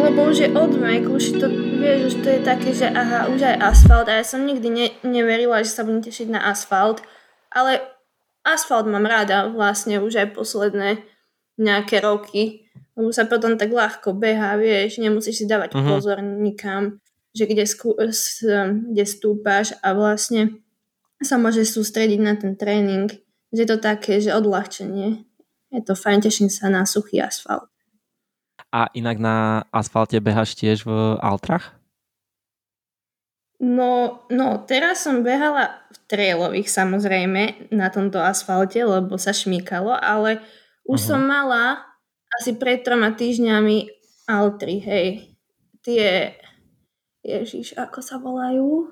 lebo už je odvek, už to vieš, už to je také, že aha, už aj asfalt a ja som nikdy neverila, že sa budem tešiť na asfalt, ale asfalt mám rada vlastne už aj posledné nejaké roky, lebo sa potom tak ľahko behá, vieš, nemusíš si dávať pozor nikam, že kde stúpaš a vlastne sa môžeš sústrediť na ten tréning, že je to také, že odľahčenie. Je to fajn, teším sa na suchý asfalt. A inak na asfalte beháš tiež v altrach? No, teraz som behala v trailových samozrejme na tomto asfalte, lebo sa šmýkalo, ale už som mala asi pred 3 týždňami altry, hej. Tie, ježiš, ako sa volajú?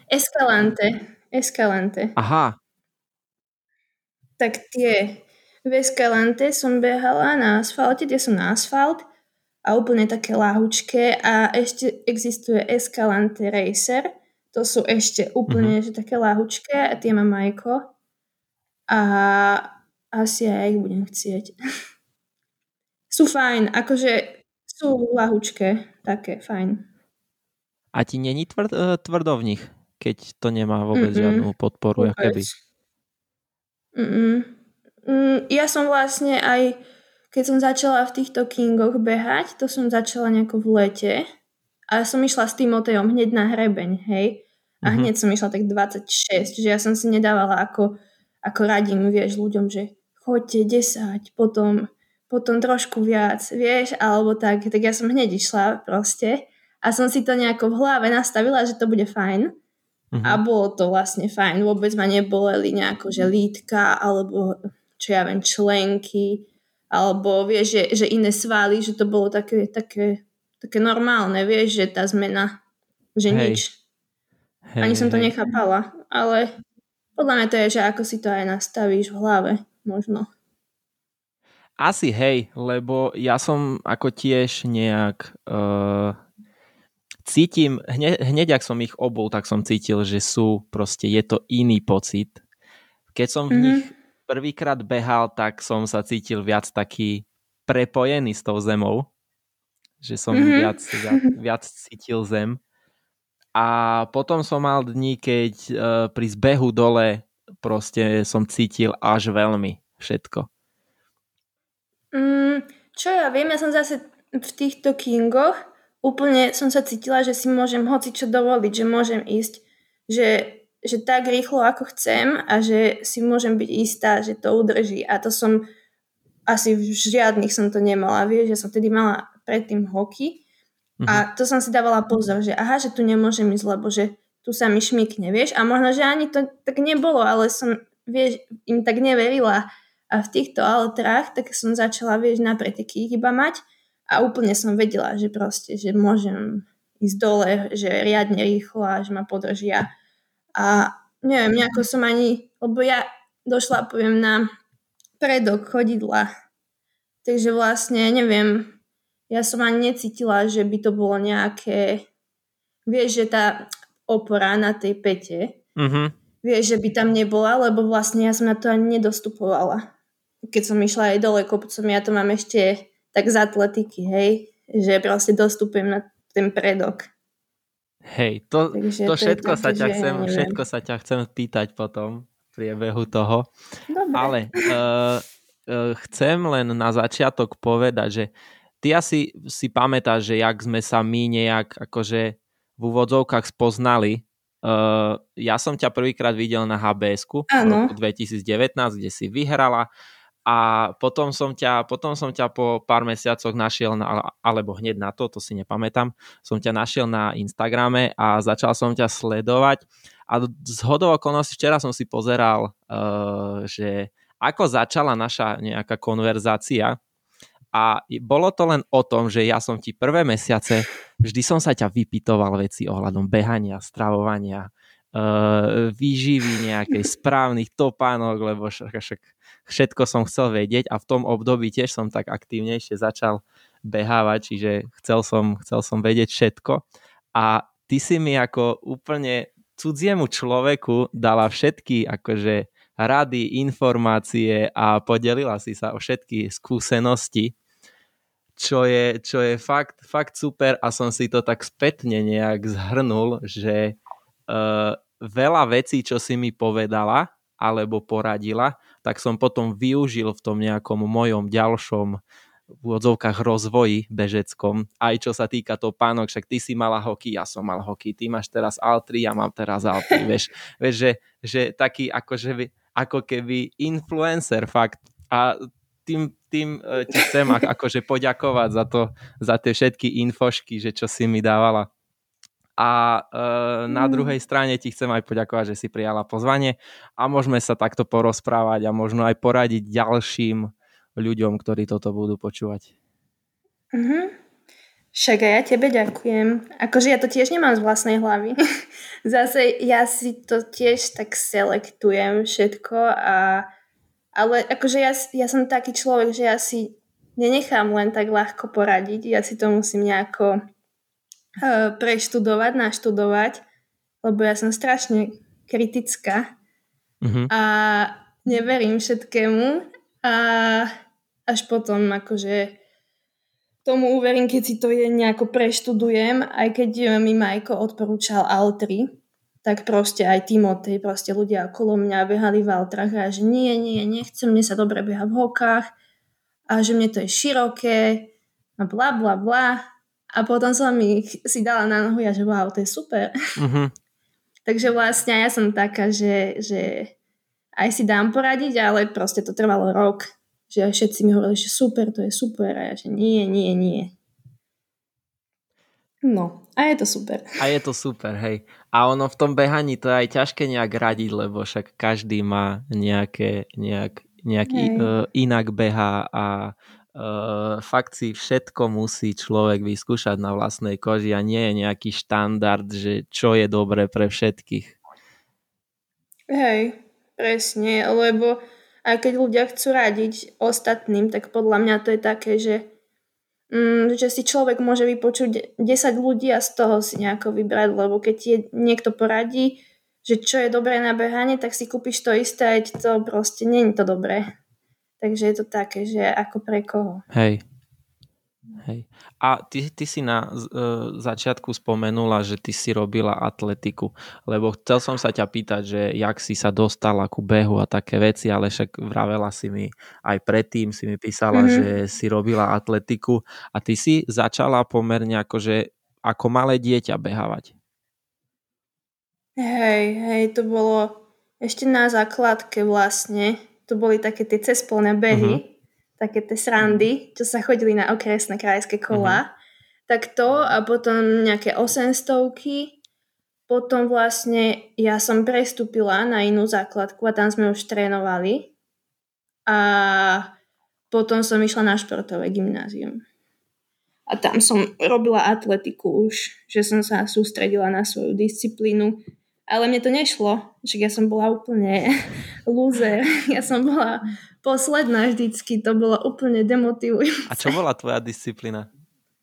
Escalante. Aha. Tak tie v Escalante som behala na asfalte, tie sú na asfalt a úplne také ľahučké a ešte existuje Escalante Racer, to sú ešte úplne že také ľahučké a tie má Majko a asi aj ich budem chcieť. Sú fajn, akože sú ľahučké, také fajn. A ti není tvrdo v nich, keď to nemá vôbec žiadnu podporu? Vôbec. Ja som vlastne aj keď som začala v týchto Kingoch behať, to som začala nejako v lete a som išla s Timotejom hneď na hrebeň, hej. A hneď som išla tak 26, že ja som si nedávala ako radím, vieš, ľuďom, že choďte 10, potom trošku viac, vieš, alebo tak ja som hneď išla proste a som si to nejako v hlave nastavila, že to bude fajn. A bolo to vlastne fajn, vôbec ma neboleli nejako, že lítka, alebo čo ja viem, členky, alebo vieš, že iné svaly, že to bolo také normálne, vieš, že tá zmena, že nič. Ani som to nechápala, ale podľa mňa to je, že ako si to aj nastavíš v hlave, možno. Asi hej, lebo ja som ako tiež nejak cítim, hneď ak som ich obul, tak som cítil, že sú proste, je to iný pocit. Keď som v nich prvýkrát behal, tak som sa cítil viac taký prepojený s tou zemou, že som viac cítil zem. A potom som mal dni, keď pri zbehu dole proste som cítil až veľmi všetko. Čo ja viem, ja som zase v týchto Kingoch úplne som sa cítila, že si môžem hocičo dovoliť, že môžem ísť, že tak rýchlo ako chcem a že si môžem byť istá, že to udrží. A to som asi v žiadnych som to nemala, vieš, že som tedy mala predtým hoky a to som si dávala pozor, že aha, že tu nemôžem ísť, lebo že tu sa mi šmykne, vieš, a možno, že ani to tak nebolo, ale som, vieš, im tak neverila a v týchto altrách, tak som začala, vieš, na preteky iba mať a úplne som vedela, že proste, že môžem ísť dole, že riadne rýchlo a že ma podržia. A neviem, nejako som ani, lebo ja došla, poviem, na predok chodidla. Takže vlastne, neviem, ja som ani necítila, že by to bolo nejaké, vieš, že tá opora na tej pete, vieš, že by tam nebola, lebo vlastne ja som na to ani nedostupovala. Keď som išla aj dole kopcom, ja to mám ešte tak z atletiky, hej, že proste dostupujem na ten predok. Hej, to všetko sa ťa chcem pýtať potom v priebehu toho. Dobre. Ale chcem len na začiatok povedať, že ty asi si pamätáš, že jak sme sa my nejak akože v úvodzovkách spoznali. Ja som ťa prvýkrát videl na HBS-ku v roku 2019, kde si vyhrala a potom som ťa po pár mesiacoch našiel, alebo hneď na to si nepamätám, som ťa našiel na Instagrame a začal som ťa sledovať a zhodou okolností včera som si pozeral, že ako začala naša nejaká konverzácia a bolo to len o tom, že ja som ti prvé mesiace, vždy som sa ťa vypytoval veci ohľadom behania, stravovania, výživy nejakej správnych topánok, lebo však všetko som chcel vedieť a v tom období tiež som tak aktívnejšie začal behávať, čiže chcel som vedieť všetko a ty si mi ako úplne cudziemu človeku dala všetky akože rady, informácie a podelila si sa o všetky skúsenosti, čo je fakt super a som si to tak spätne nejak zhrnul, že veľa vecí, čo si mi povedala alebo poradila, tak som potom využil v tom nejakom mojom ďalšom v odzovkách rozvoji bežeckom, aj čo sa týka toho pánok, však ty si mala hokej, ja som mal hokej, ty máš teraz Altri, ja mám teraz Altri, vieš že taký ako keby influencer fakt a tým ti chcem akože poďakovať za tie všetky infošky, že čo si mi dávala. A na druhej strane ti chcem aj poďakovať, že si prijala pozvanie a môžeme sa takto porozprávať a možno aj poradiť ďalším ľuďom, ktorí toto budú počúvať. Však aj ja tebe ďakujem. Akože ja to tiež nemám z vlastnej hlavy. Zase ja si to tiež tak selektujem všetko ale akože ja som taký človek, že ja si nenechám len tak ľahko poradiť. Ja si to musím nejako preštudovať, naštudovať, lebo ja som strašne kritická a neverím všetkému a až potom akože tomu uverím, keď si to nejako preštudujem, aj keď mi Majko odporúčal Altri, tak proste aj Timotej, proste ľudia okolo mňa behali v Altrach a že nie, nechcem, mne sa dobre beha v hokách a že mne to je široké a bla bla bla a potom som si dala na nohu a že wow, to je super. Takže vlastne ja som taká, že aj si dám poradiť, ale proste to trvalo rok. Že aj všetci mi hovorili, že super, to je super. A ja, že nie. No, a je to super. A je to super, hej. A ono v tom behaní to je aj ťažké nejak radiť, lebo však každý má nejak inak beha a fakt si všetko musí človek vyskúšať na vlastnej koži a nie je nejaký štandard, že čo je dobré pre všetkých. Hej, presne, lebo aj keď ľudia chcú radiť ostatným, tak podľa mňa to je také, že si človek môže vypočuť 10 ľudí a z toho si nejako vybrať, lebo keď ti niekto poradí, že čo je dobré na behanie, tak si kúpiš to isté, aj to proste nie je to dobré. Takže je to také, že ako pre koho. Hej. A ty si na začiatku spomenula, že ty si robila atletiku, lebo chcel som sa ťa pýtať, že jak si sa dostala ku behu a také veci, ale však vravela si mi aj predtým, si mi písala, že si robila atletiku a ty si začala pomerne ako malé dieťa behávať. Hej, to bolo ešte na základke vlastne. To boli také tie cespolné behy, také tie srandy, čo sa chodili na okresné krajské kolá. Tak to a potom nejaké 800-ky. Potom vlastne ja som prestúpila na inú základku a tam sme už trénovali. A potom som išla na športové gymnázium. A tam som robila atletiku už, že som sa sústredila na svoju disciplínu. Ale mne to nešlo, že ja som bola úplne loser. Ja som bola posledná vždycky, to bolo úplne demotivujúce. A čo bola tvoja disciplína?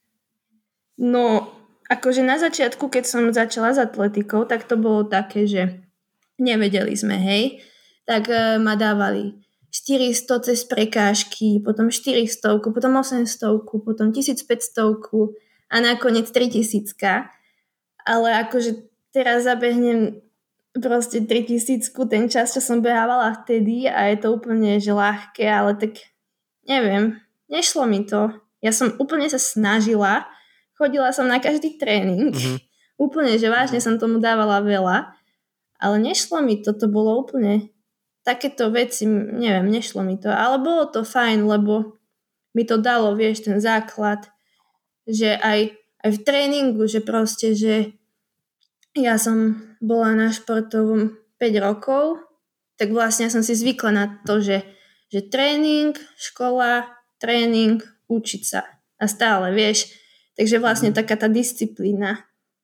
No, akože na začiatku, keď som začala s atletikou, tak to bolo také, že nevedeli sme, hej. Tak ma dávali 400 cez prekážky, potom 400, potom 800, potom 1500 a nakoniec 3000. Ale akože teraz zabehnem proste 3000, ten čas, čo som behávala vtedy a je to úplne že ľahké, ale tak neviem, nešlo mi to. Ja som úplne sa snažila, chodila som na každý tréning, úplne, že vážne som tomu dávala veľa, ale nešlo mi to, to bolo úplne takéto veci, neviem, nešlo mi to, ale bolo to fajn, lebo mi to dalo, vieš, ten základ, že aj v tréningu, že proste, že ja som bola na športovom 5 rokov, tak vlastne som si zvykla na to, že tréning, škola, tréning, učiť sa. A stále, vieš. Takže vlastne taká tá disciplína.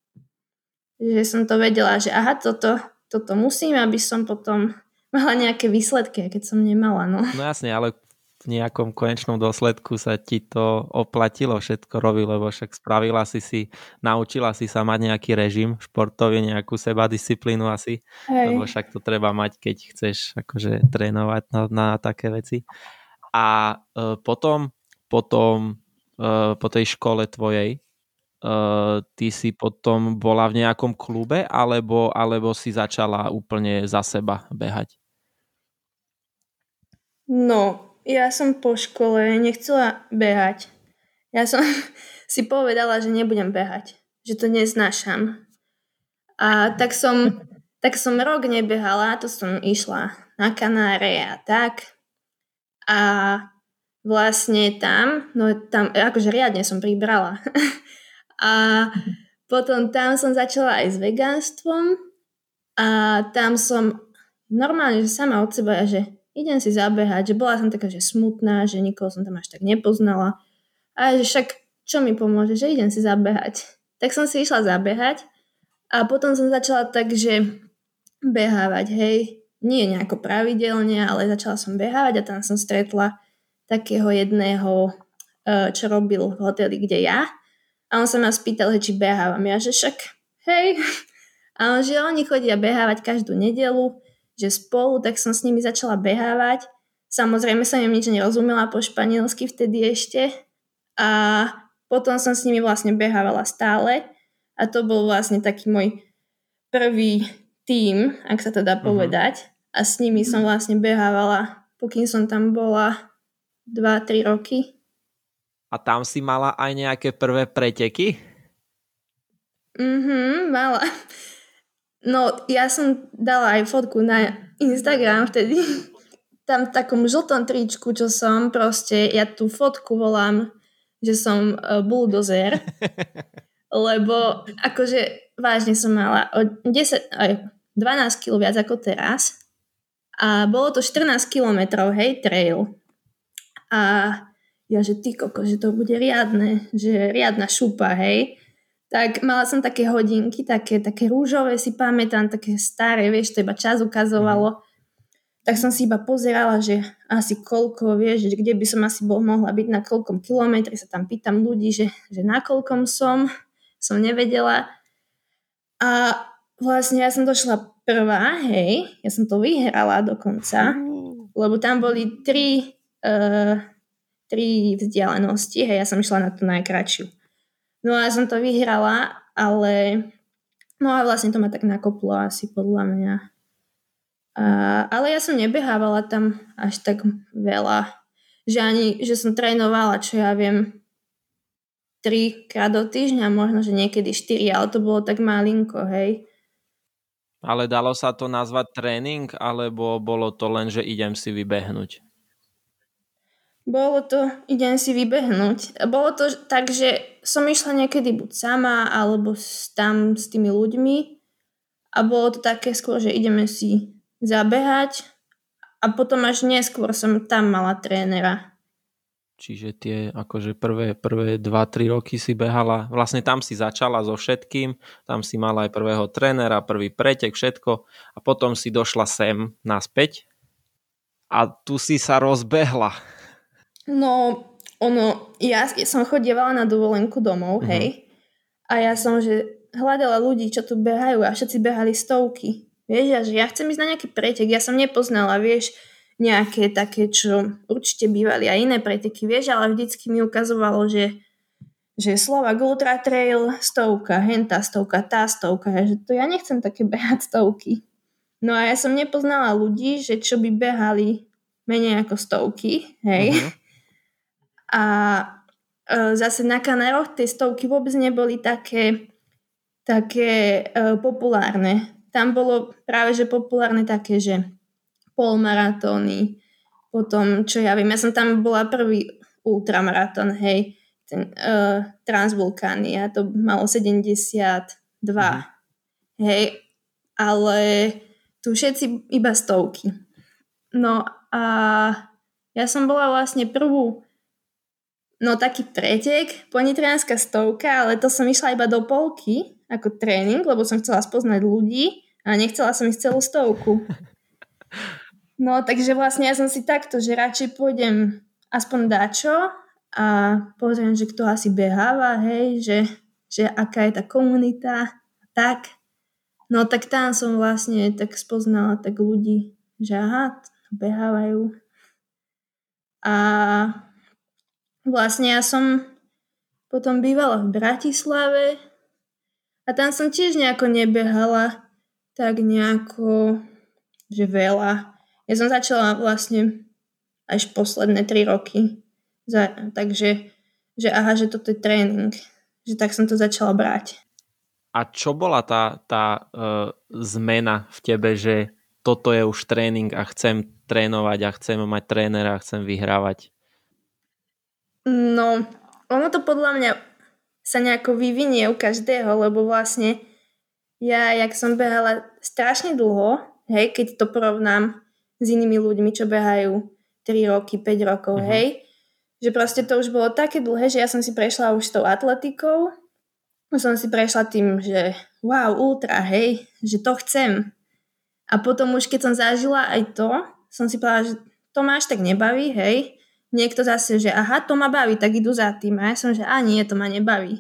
Že som to vedela, že aha, toto musím, aby som potom mala nejaké výsledky, keď som nemala. No jasne, ale v nejakom konečnom dôsledku sa ti to oplatilo všetko robiť, lebo však naučila si sa mať nejaký režim športový, nejakú sebadisciplínu asi, lebo však to treba mať, keď chceš akože trénovať na také veci. A potom po tej škole tvojej, ty si potom bola v nejakom klube, alebo si začala úplne za seba behať? No, ja som po škole nechcela behať. Ja som si povedala, že nebudem behať, že to neznášam. A tak som rok nebehala, to som išla na Kanáre a tak. A vlastne tam akože riadne som pribrala. A potom tam som začala aj s vegánstvom a tam som normálne, že sama od seba, že idem si zabehať, že bola som taká, že smutná, že nikoho som tam až tak nepoznala. A že však čo mi pomôže, že idem si zabehať. Tak som si išla zabehať a potom som začala tak, že behávať, hej. Nie nejako pravidelne, ale začala som behávať a tam som stretla takého jedného, čo robil v hoteli, kde ja. A on sa ma spýtal, či behávam. Ja, že však, hej. A on, že oni chodia behávať každú nedelu, že spolu, tak som s nimi začala behávať. Samozrejme som im nič nerozumela po španielsky vtedy ešte. A potom som s nimi vlastne behávala stále. A to bol vlastne taký môj prvý tím, ak sa to dá povedať. A s nimi som vlastne behávala, pokým som tam bola 2-3 roky. A tam si mala aj nejaké prvé preteky? Mala. No, ja som dala aj fotku na Instagram vtedy. Tam v takom žltom tričku, čo som, proste, ja tú fotku volám, že som bulldozer. Lebo akože vážne som mala o 12 kg viac ako teraz. A bolo to 14 kilometrov, hej, trail. A ja, že ty koko, že to bude riadne, že riadna šupa, hej. Tak mala som také hodinky, také rúžové, si pamätám, také staré, vieš, to iba čas ukazovalo. Tak som si iba pozerala, že asi koľko, vieš, že kde by som asi mohla byť, na koľkom kilometri, sa tam pýtam ľudí, že na koľkom som nevedela. A vlastne ja som došla prvá, hej, ja som to vyhrala dokonca, lebo tam boli tri vzdialenosti, hej, ja som išla na tú najkratšiu. No a som to vyhrala, ale no a vlastne to ma tak nakoplo asi podľa mňa. Ale ja som nebehávala tam až tak veľa, že som trénovala, čo ja viem, 3-krát do týždňa, možno, že niekedy 4, ale to bolo tak malinko, hej. Ale dalo sa to nazvať tréning, alebo bolo to len, že idem si vybehnúť? Bolo to, idem si vybehnúť. Bolo to tak, že som išla niekedy buď sama, alebo tam s tými ľuďmi a bolo to také skôr, že ideme si zabehať a potom až neskôr som tam mala trénera. Čiže tie akože prvé 2-3 roky si behala, vlastne tam si začala so všetkým, tam si mala aj prvého trénera, prvý pretek, všetko a potom si došla sem naspäť a tu si sa rozbehla. No, ja som chodievala na dovolenku domov, hej, a ja som, že hľadala ľudí, čo tu behajú a všetci behali stovky. Vieš, a že ja chcem ísť na nejaký pretek, ja som nepoznala, vieš, nejaké také, čo určite bývali aj iné preteky, vieš, ale vždycky mi ukazovalo, že Slovak Ultra Trail 100, hentá 100, tá 100, že to ja nechcem také behať stovky. No a ja som nepoznala ľudí, že čo by behali menej ako stovky, hej. A zase na Kanároch tie stovky vôbec neboli také populárne. Tam bolo práve, že populárne také, že polmaratóny, potom, čo ja viem, ja som tam bola prvý ultramaratón, hej, ten Transvulkánia, to malo 72, hej, ale tu všetci iba stovky. No a ja som bola vlastne prvú, no taký pretek, ponitrianska 100, ale to som išla iba do polky ako tréning, lebo som chcela spoznať ľudí a nechcela som ísť celú 100. No takže vlastne ja som si takto, že radšej pôjdem aspoň dačo a pozriem, že kto asi beháva, hej, že aká je tá komunita, tak. No tak tam som vlastne tak spoznala tak ľudí, že aha, behávajú. A vlastne ja som potom bývala v Bratislave a tam som tiež nejako nebehala tak nejako, že veľa. Ja som začala vlastne až posledné 3 roky. Takže, že aha, že toto je tréning. Že tak som to začala brať. A čo bola tá zmena v tebe, že toto je už tréning a chcem trénovať a chcem mať trénera a chcem vyhrávať? No, ono to podľa mňa sa nejako vyvinie u každého, lebo vlastne ja, jak som behala strašne dlho, hej, keď to porovnám s inými ľuďmi, čo behajú 3 roky, 5 rokov, hej, že proste to už bolo také dlhé, že ja som si prešla už s tou atletikou, som si prešla tým, že wow, ultra, hej, že to chcem. A potom už keď som zažila aj to, som si povedala, že to ma až tak nebaví, hej. Niekto zase, že aha, to ma baví, tak idú za tým. A ja som, že nie, to ma nebaví.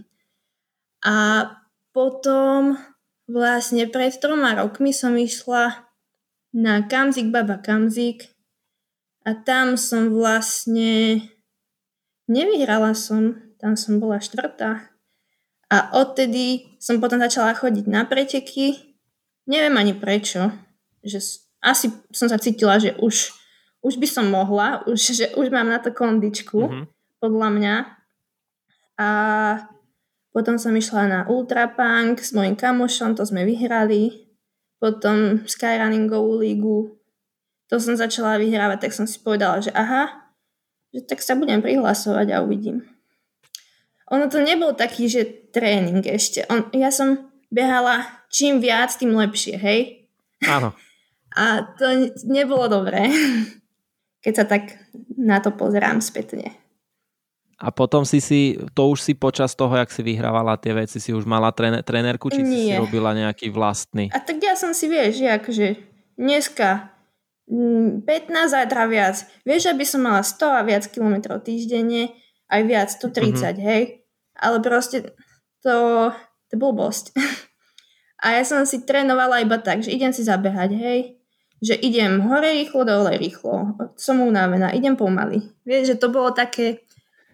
A potom vlastne pred 3 rokmi som išla na Kamzik Baba Kamzik a tam som vlastne nevyhrala som, tam som bola 4. A odtedy som potom začala chodiť na preteky. Neviem ani prečo, že asi som sa cítila, že už by som mohla, že už mám na to kondičku, podľa mňa. A potom som išla na Ultrapunk s mojim kamošom, to sme vyhrali. Potom Skyrunningovú lígu, to som začala vyhrávať, tak som si povedala, že aha, že tak sa budem prihlasovať a uvidím. Ono to nebol taký, že tréning ešte. Ja som behala čím viac, tým lepšie, hej? Áno. A to nebolo dobré, keď sa tak na to pozerám spätne. A potom to už si počas toho, jak si vyhrávala tie veci, si už mala trénerku, či si robila nejaký vlastný? A tak ja som si, vieš, akože dneska 15, zajtra viac. Vieš, aby som mala 100 a viac kilometrov týždenne, aj viac, 130, hej? Ale proste to je blbosť. A ja som si trénovala iba tak, že idem si zabehať, hej? Že idem hore rýchlo, dole rýchlo. Som unavená, idem pomaly. Vieš, že to bolo také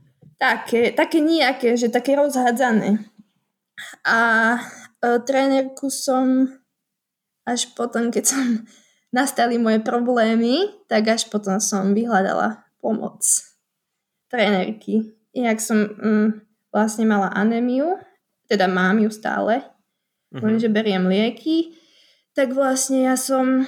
nejaké, že také rozhádzané. A trénerku som až potom, keď som nastali moje problémy, tak až potom som vyhľadala pomoc trénerky. Jak som vlastne mala anémiu, teda mám ju stále, lenže beriem lieky, tak vlastne ja som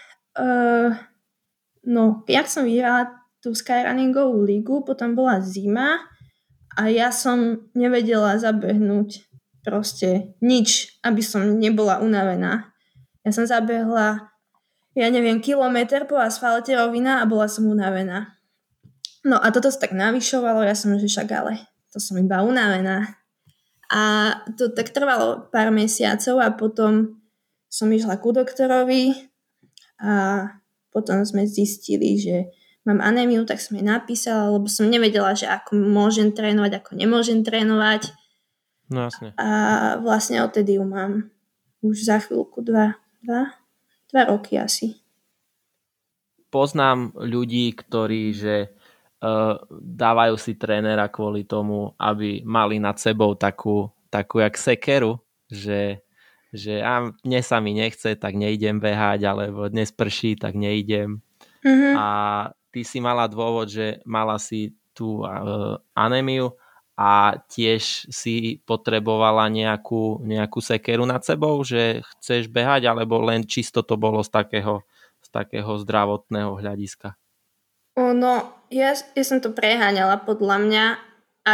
jak som vyhrala tú Skyrunningovú lígu, potom bola zima a ja som nevedela zabehnúť proste nič, aby som nebola unavená. Ja som zabehla, kilometr po asfalte rovina a bola som unavená. No a toto sa tak navyšovalo, ja som, že však ale to som iba unavená. A to tak trvalo pár mesiacov a potom som išla ku doktorovi a potom sme zistili, že mám anémiu, tak som jej napísala, lebo som nevedela, že ako môžem trénovať, ako nemôžem trénovať. No jasne. A vlastne odtedy ju mám už za chvíľku 2 roky asi. Poznám ľudí, ktorí, že dávajú si trénera kvôli tomu, aby mali nad sebou takú jak sekeru, že dnes sa mi nechce, tak neidem behať, alebo dnes prší, tak neidem. A ty si mala dôvod, že mala si tú anémiu a tiež si potrebovala nejakú sekeru nad sebou, že chceš behať, alebo len čisto to bolo z takého zdravotného hľadiska? Ja som to preháňala podľa mňa a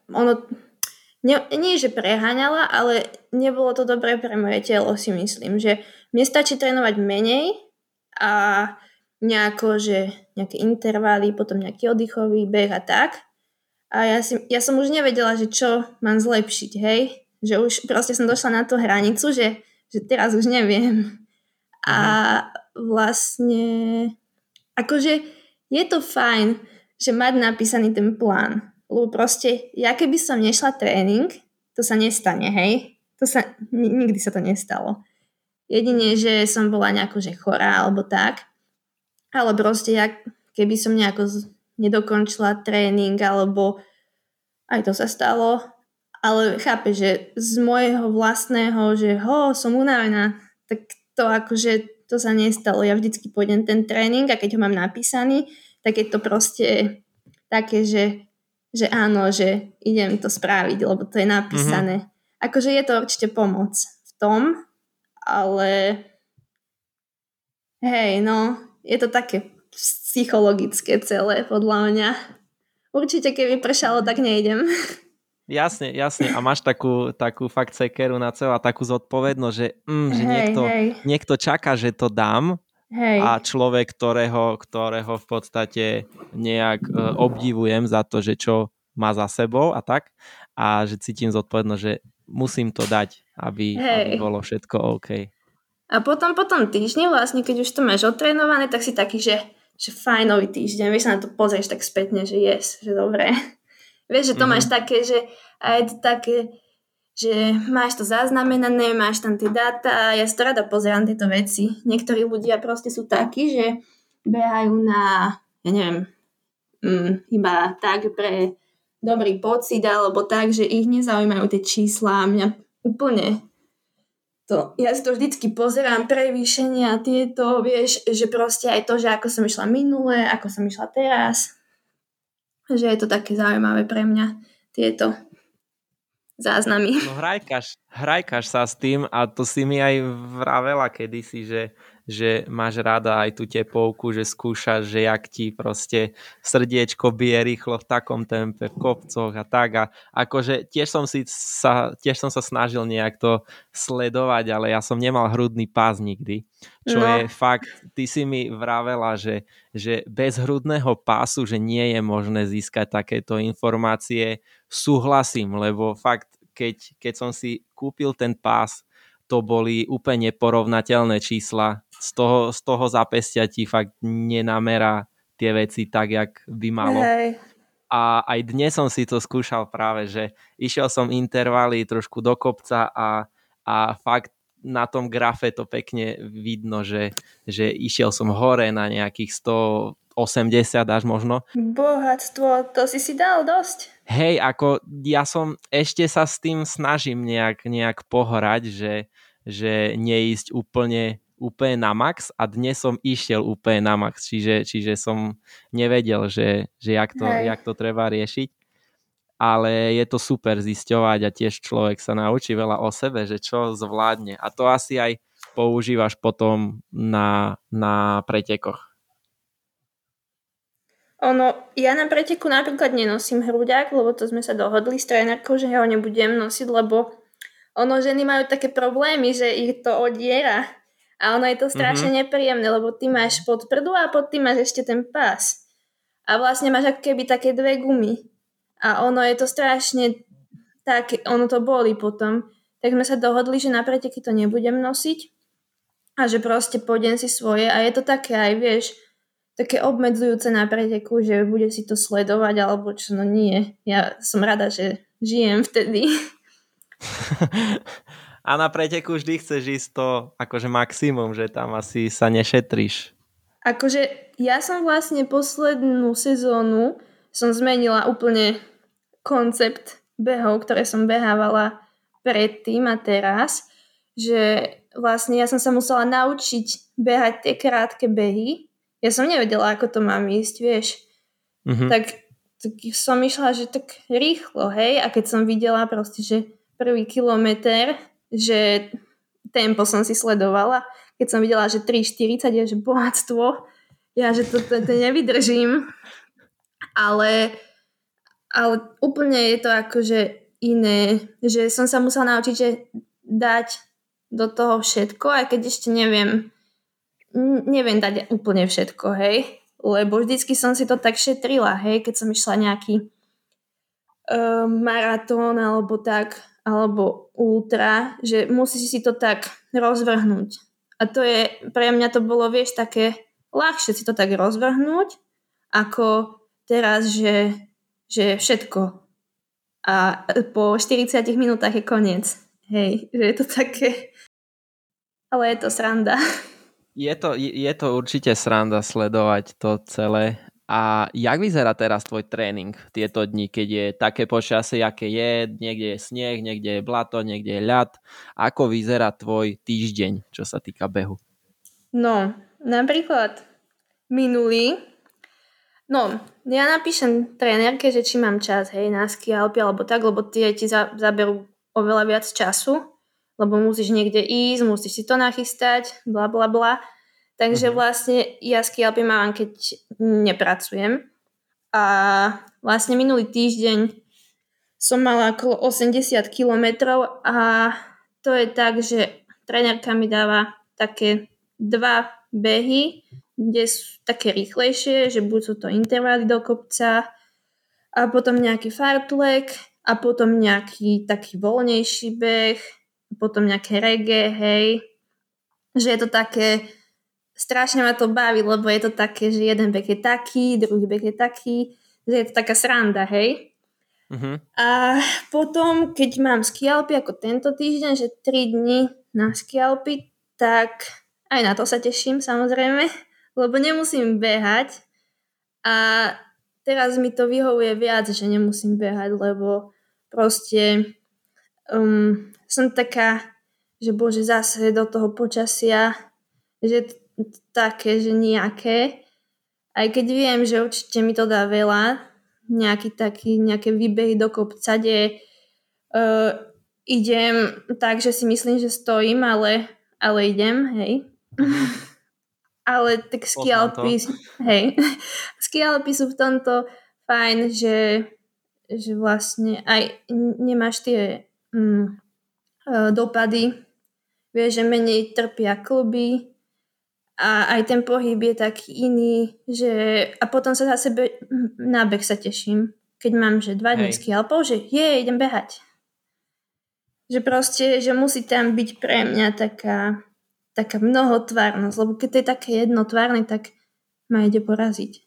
nie, že preháňala, ale nebolo to dobré pre moje telo, si myslím, že mne stačí trénovať menej a nejaké intervaly, potom nejaký oddychový beh a tak. A ja som už nevedela, že čo mám zlepšiť, hej? Že už proste som došla na tú hranicu, že teraz už neviem. A vlastne akože je to fajn, že mať napísaný ten plán. Lebo proste, ja keby som nešla tréning, to sa nestane, hej? Nikdy sa to nestalo. Jedine, že som bola nejako, že chorá alebo tak. Ale proste, keby som nejako nedokončila tréning, alebo aj to sa stalo, Ale chápe, že z môjho vlastného, že som unavená, tak to akože to sa nestalo. Ja vždycky pôjdem ten tréning a keď ho mám napísaný, tak je to proste také, že áno, že idem to spraviť, lebo to je napísané. Akože je to určite pomoc v tom, ale hej, no, je to také psychologické celé, podľa mňa. Určite, keby pršalo, tak nejdem. Jasne. A máš takú fakt sekeru na celo a takú zodpovednosť, že niekto čaká, že to dám. Hej. A človek, ktorého v podstate nejak obdivujem za to, že čo má za sebou a tak. A že cítim zodpovednosť, že musím to dať, aby bolo všetko OK. A potom týždni vlastne, keď už to máš otrénované, tak si taký, že fajnový týždeň, vieš sa na to pozrieš tak spätne, že yes, že dobré. Vieš, že to máš také, že a je to také, že máš to zaznamenané, máš tam tie dáta a ja si to rada pozerám tieto veci. Niektorí ľudia proste sú takí, že behajú na, ja neviem, iba tak pre dobrý pocit, alebo tak, že ich nezaujímajú tie čísla. Mňa úplne ja si to vždycky pozerám, prevýšenia tieto, vieš, že proste aj to, že ako som išla minule, ako som išla teraz, že je to také zaujímavé pre mňa, tieto záznamy. No hrajkaš sa s tým a to si mi aj vravela kedysi, že máš rada aj tú tepovku, že skúšaš, že jak ti proste srdiečko bije rýchlo v takom tempe, v kopcoch a tak. A akože tiež som sa snažil nejak to sledovať, ale ja som nemal hrudný pás nikdy. Čo je fakt, ty si mi vravela, že bez hrudného pásu, že nie je možné získať takéto informácie. Súhlasím, lebo fakt, keď som si kúpil ten pás, to boli úplne porovnateľné čísla. Z toho zápestia ti fakt nenamerá tie veci tak, jak by malo. Hej. A aj dnes som si to skúšal práve, že išiel som intervaly trošku do kopca a fakt na tom grafe to pekne vidno, že išiel som hore na nejakých 180 až možno. Bohatstvo, to si dal dosť. Hej, ako ja som ešte sa s tým snažím nejak pohorať, že neísť úplne na max a dnes som išiel úplne na max, čiže som nevedel, že jak to treba riešiť. Ale je to super zisťovať a tiež človek sa naučí veľa o sebe, že čo zvládne. A to asi aj používaš potom na pretekoch. Ja na preteku napríklad nenosím hruďak, lebo to sme sa dohodli s trénerkou, že ja ho nebudem nosiť, lebo ženy majú také problémy, že ich to odiera a je to strašne nepríjemné, lebo ty máš pod prdu a pod tým máš ešte ten pás. A vlastne máš ako keby také dve gumy. A je to strašne tak, to boli potom. Tak sme sa dohodli, že na preteky to nebudem nosiť a že proste pôjdem si svoje a je to také aj, vieš, také obmedzujúce na preteku, že bude si to sledovať, alebo čo, nie. Ja som rada, že žijem vtedy. A na preteku vždy chceš ísť to akože maximum, že tam asi sa nešetríš. Akože ja som vlastne poslednú sezónu som zmenila úplne koncept behov, ktoré som behávala predtým a teraz, že vlastne ja som sa musela naučiť behať tie krátke behy. Ja som nevedela, ako to mám ísť, vieš. Tak som išla, že tak rýchlo, hej, a keď som videla proste, že prvý kilometer, že tempo som si sledovala, keď som videla, že 3:40 je, že bohatstvo, ja, že to nevydržím, ale úplne je to akože iné, že som sa musela naučiť, že dať do toho všetko, aj keď ešte neviem dať úplne všetko, hej, lebo vždycky som si to tak šetrila, hej, keď som išla nejaký maratón alebo tak, alebo ultra, že musíš si to tak rozvrhnúť. A to je, pre mňa to bolo, vieš, také ľahšie si to tak rozvrhnúť, ako teraz, že všetko. A po 40 minútach je koniec. Hej, že je to také, ale je to sranda. Je to určite sranda sledovať to celé A jak vyzerá teraz tvoj tréning tieto dni, keď je také počasie, aké je, niekde je sneh, niekde je blato, niekde je ľad? Ako vyzerá tvoj týždeň, čo sa týka behu? No, napríklad minulý, no, ja napíšem trénerke, že či mám čas, hej, na ski Alpy alebo tak, lebo tie ti zaberú oveľa viac času, lebo musíš niekde ísť, musíš si to nachystať, bla bla bla. Takže vlastne ja ski Alpy mám, keď nepracujem. A vlastne minulý týždeň som mala okolo 80 kilometrov a to je tak, že trénerka mi dáva také 2 behy, kde sú také rýchlejšie, že buď sú to intervaly do kopca a potom nejaký fartlek a potom nejaký taký voľnejší beh, potom nejaké reggae, hej. Že je to také, strašne ma to baví, lebo je to také, že jeden beh je taký, druhý beh je taký, že je to taká sranda, hej. A potom, keď mám ski Alpy ako tento týždeň, že 3 dni na ski Alpy, tak aj na to sa teším samozrejme, lebo nemusím behať a teraz mi to vyhovuje viac, že nemusím behať, lebo proste som taká, že bože zase do toho počasia, že také, že nejaké. Aj keď viem, že určite mi to dá veľa, nejaké výbehy do kopca, kde idem tak, že si myslím, že stojím, ale idem, hej. Ale tak ski Alpy, hej, ski Alpy sú v tomto fajn, že vlastne aj nemáš tie dopady, vieš, že menej trpia kluby a aj ten pohyb je taký iný, že a potom sa zase na beh sa teším, keď mám, že 2 dní ski Alpov, že idem behať. Že proste, že musí tam byť pre mňa taká mnohotvárnosť, lebo keď to je také jednotvárne, tak ma ide poraziť.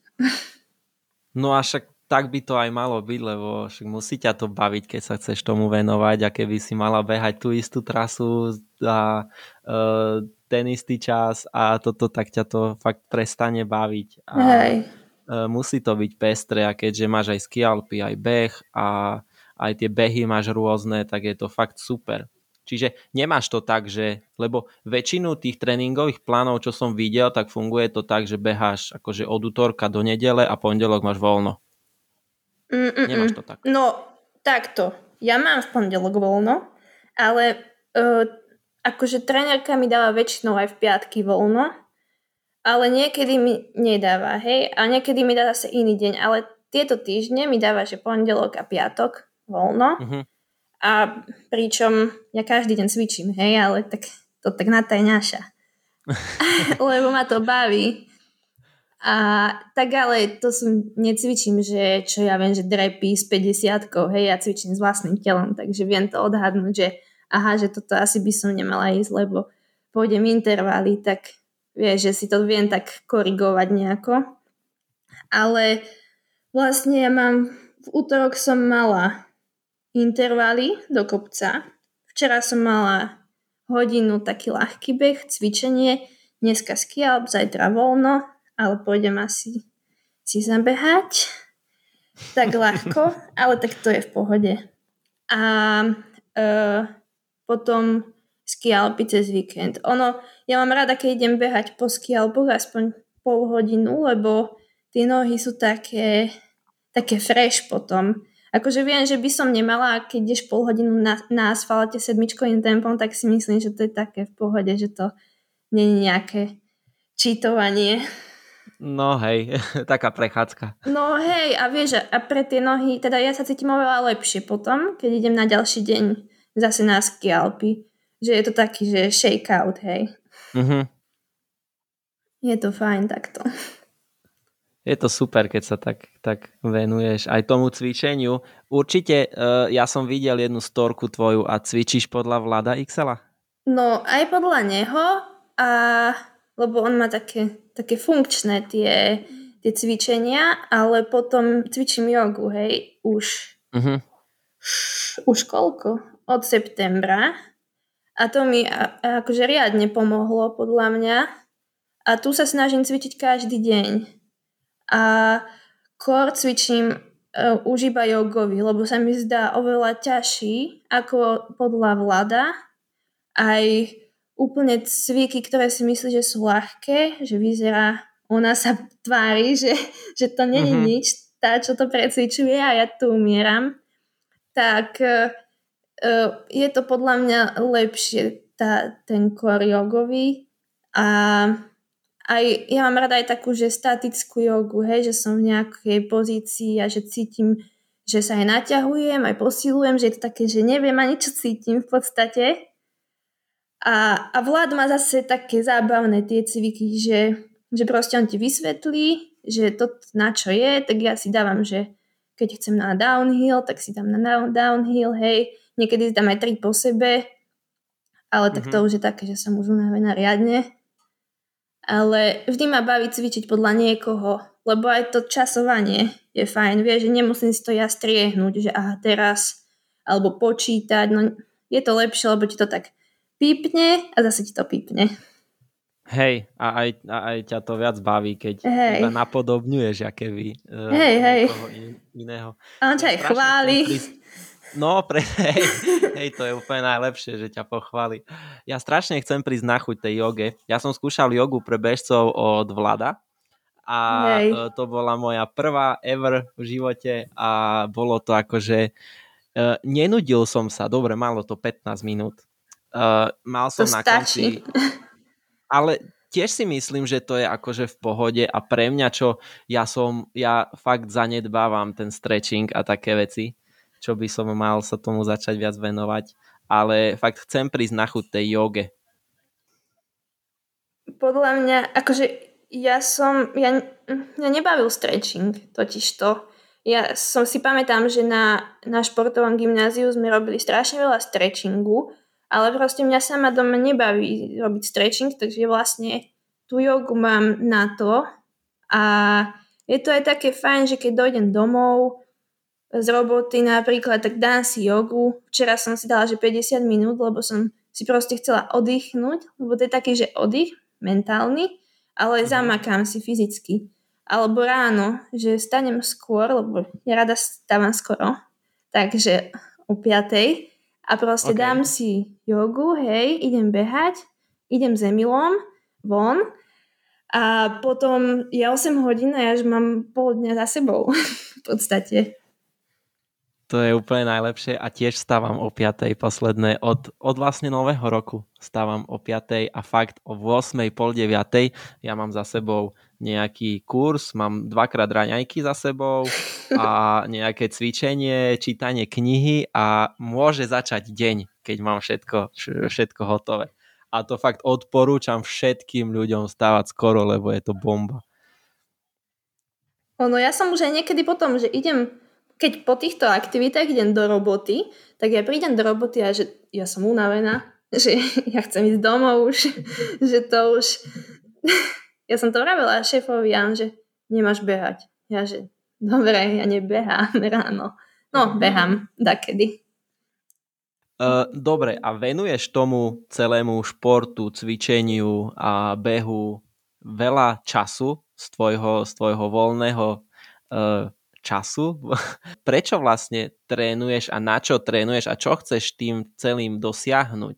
No a však tak by to aj malo byť, lebo však musí ťa to baviť, keď sa chceš tomu venovať a keby si mala behať tú istú trasu a ten istý čas a toto, tak ťa to fakt prestane baviť. A musí to byť pestré a keďže máš aj ski Alpy, aj beh a aj tie behy máš rôzne, tak je to fakt super. Čiže nemáš to tak, že, lebo väčšinu tých tréningových plánov, čo som videl, tak funguje to tak, že beháš akože od útorka do nedele a pondelok máš voľno. Nemáš to tak. No, takto. Ja mám v pondelok voľno, ale akože trénerka mi dáva väčšinou aj v piatky voľno, ale niekedy mi nedáva, hej, a niekedy mi dá zase iný deň, ale tieto týždne mi dáva, že pondelok a piatok voľno. A pričom ja každý deň cvičím, hej, ale tak to tak natajňaša. Lebo ma to baví. A tak ale to necvičím, že čo ja viem, že drepy s 50-kou, hej, ja cvičím s vlastným telom, takže viem to odhadnúť, že aha, že toto asi by som nemala ísť, lebo pôjdem intervaly, tak vieš, že si to viem tak korigovať nejako. Ale vlastne ja mám, v útorok som mala intervaly do kopca. Včera som mala hodinu taký ľahký beh, cvičenie, dneska ski Alp, zajtra voľno, ale pôjdem asi si zabehať. Tak ľahko, ale tak to je v pohode. A potom ski Alpy cez víkend. Ja mám rada, keď idem behať po ski Alpoch aspoň pol hodinu, lebo tie nohy sú také fresh potom. Akože viem, že by som nemala, keď ideš pol hodinu na asfalte 7-čkovým tempom, tak si myslím, že to je také v pohode, že to nie je nejaké čítovanie. No hej, taká prechádzka. No hej, a vieš, a pre tie nohy, teda ja sa cítim oveľa lepšie potom, keď idem na ďalší deň zase na ski Alpy. Že je to taký, že shake out, hej. Je to fajn takto. Je to super, keď sa tak venuješ aj tomu cvičeniu. Určite ja som videl jednu storku tvoju a cvičíš podľa Vlada Ixela? No aj podľa neho, lebo on má také funkčné tie cvičenia, ale potom cvičím jogu, hej, už koľko? Od septembra. A to mi akože riadne pomohlo podľa mňa. A tu sa snažím cvičiť každý deň. a skôr cvičím už iba jogový, lebo sa mi zdá oveľa ťažší ako podľa Vlada. Aj úplne cviky, ktoré si myslí, že sú ľahké, že vyzerá, ona sa tvári, že to není nič, tá, čo to precvičuje a ja tu umieram, tak je to podľa mňa lepšie ten core jogový a aj ja mám rada aj takú, že statickú jogu, hej, že som v nejakej pozícii a že cítim, že sa aj naťahujem, aj posilujem, že je to také, že neviem ani čo cítim v podstate. A Vlad má zase také zábavné tie cviky, že proste on ti vysvetlí, že to na čo je, tak ja si dávam, že keď chcem na downhill, tak si dám na downhill, hej, niekedy si dám aj 3 po sebe, ale tak to už je také, že som už unavená riadne. Ale vždy ma baví cvičiť podľa niekoho, lebo aj to časovanie je fajn. Vieš, že nemusím si to ja striehnúť, že aha, teraz, alebo počítať. No je to lepšie, lebo ti to tak pípne a zase ti to pípne. Hej, a aj ťa to viac baví, keď iba napodobňuješ akéby niekoho iného. A on ťa aj chváli. No, hej, to je úplne najlepšie, že ťa pochváli. Ja strašne chcem prísť na chuť tej joge. Ja som skúšal jogu pre bežcov od Vlada a to bola moja prvá ever v živote a bolo to akože nenudil som sa, dobre, malo to 15 minút. Mal som to na stačí. konci, ale tiež si myslím, že to je akože v pohode a pre mňa, čo ja fakt zanedbávam ten stretching a také veci, čo by som mal sa tomu začať viac venovať, ale fakt chcem prísť na chuť tej joge. Podľa mňa, akože ja nebavil stretching, totižto. Ja si pamätám, že na športovom gymnáziu sme robili strašne veľa stretchingu, ale proste mňa sama doma nebaví robiť stretching, takže vlastne tú jogu mám na to a je to aj také fajn, že keď dojdem domov z roboty napríklad, tak dám si jogu. Včera som si dala, že 50 minút, lebo som si proste chcela oddychnúť, lebo to je taký, že oddych mentálny, ale zamakám si fyzicky. Alebo ráno, že stanem skôr, lebo ja rada stávam skoro, takže o 5:00 a proste dám si jogu, hej, idem behať, idem s Emilom von a potom je 8 hodín a ja už mám pol dňa za sebou v podstate. To je úplne najlepšie a tiež stávam o 5:00 posledné od vlastne nového roku. Stávam o 5:00 a fakt o 8:00, pol 9:00 ja mám za sebou nejaký kurz, mám 2-krát raňajky za sebou a nejaké cvičenie, čítanie knihy a môže začať deň, keď mám všetko hotové. A to fakt odporúčam všetkým ľuďom stávať skoro, lebo je to bomba. Ja som už aj niekedy potom, že keď po týchto aktivitách idem do roboty, tak ja prídem do roboty a že ja som unavená, že ja chcem ísť domov už, že to už... Ja som to vravela šéfovi, že nemáš behať. Ja, že dobre, ja nebehám ráno. No, behám dakedy. Dobre, a venuješ tomu celému športu, cvičeniu a behu veľa času z tvojho voľného času? Prečo vlastne trénuješ a na čo trénuješ a čo chceš tým celým dosiahnuť?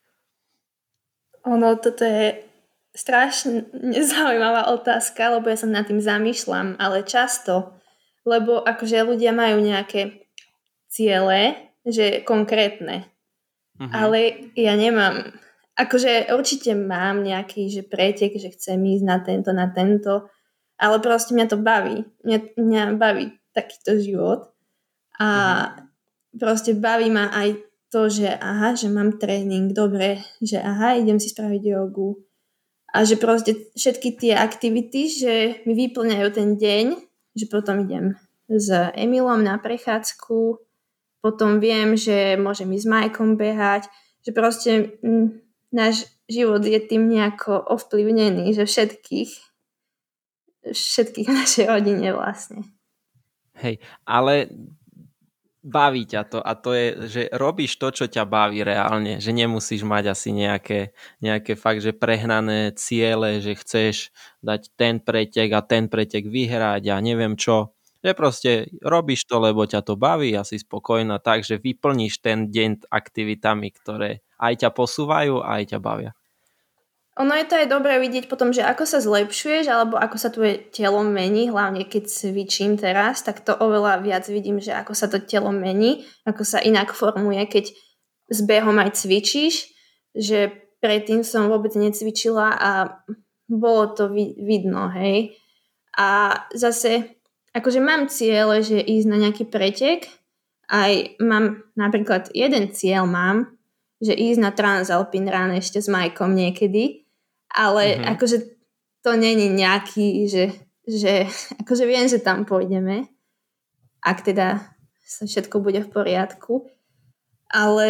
Toto je strašne nezaujímavá otázka, lebo ja sa nad tým zamýšľam, ale často, lebo akože ľudia majú nejaké ciele, že konkrétne, ale ja nemám. Akože určite mám nejaký že pretek, že chcem ísť na tento, ale proste mňa to baví. Mňa baví takýto život a proste baví ma aj to, že že mám tréning, dobre, že idem si spraviť jogu a že proste všetky tie aktivity, že mi vyplňajú ten deň, že potom idem s Emilom na prechádzku, potom viem, že môžem ísť s Majkom behať, že proste náš život je tým nejako ovplyvnený, že všetkých v našej rodine vlastne. Hej, ale baví ťa to a to je, že robíš to, čo ťa baví reálne, že nemusíš mať asi nejaké fakt, že prehnané ciele, že chceš dať ten pretek a ten pretek vyhrať a neviem čo. Že proste robíš to, lebo ťa to baví a si spokojná tak, že vyplníš ten deň aktivitami, ktoré aj ťa posúvajú, aj ťa bavia. Ono je to aj dobré vidieť potom, že ako sa zlepšuješ, alebo ako sa tvoje telo mení, hlavne keď cvičím teraz, tak to oveľa viac vidím, že ako sa to telo mení, ako sa inak formuje, keď s behom aj cvičíš, že predtým som vôbec necvičila a bolo to vidno, hej. A zase, akože mám cieľ, že ísť na nejaký pretek, aj mám napríklad jeden cieľ mám, že ísť na Transalpin Run ešte s Majkom niekedy, ale akože to není nejaký, že akože viem, že tam pôjdeme, ak teda sa všetko bude v poriadku, ale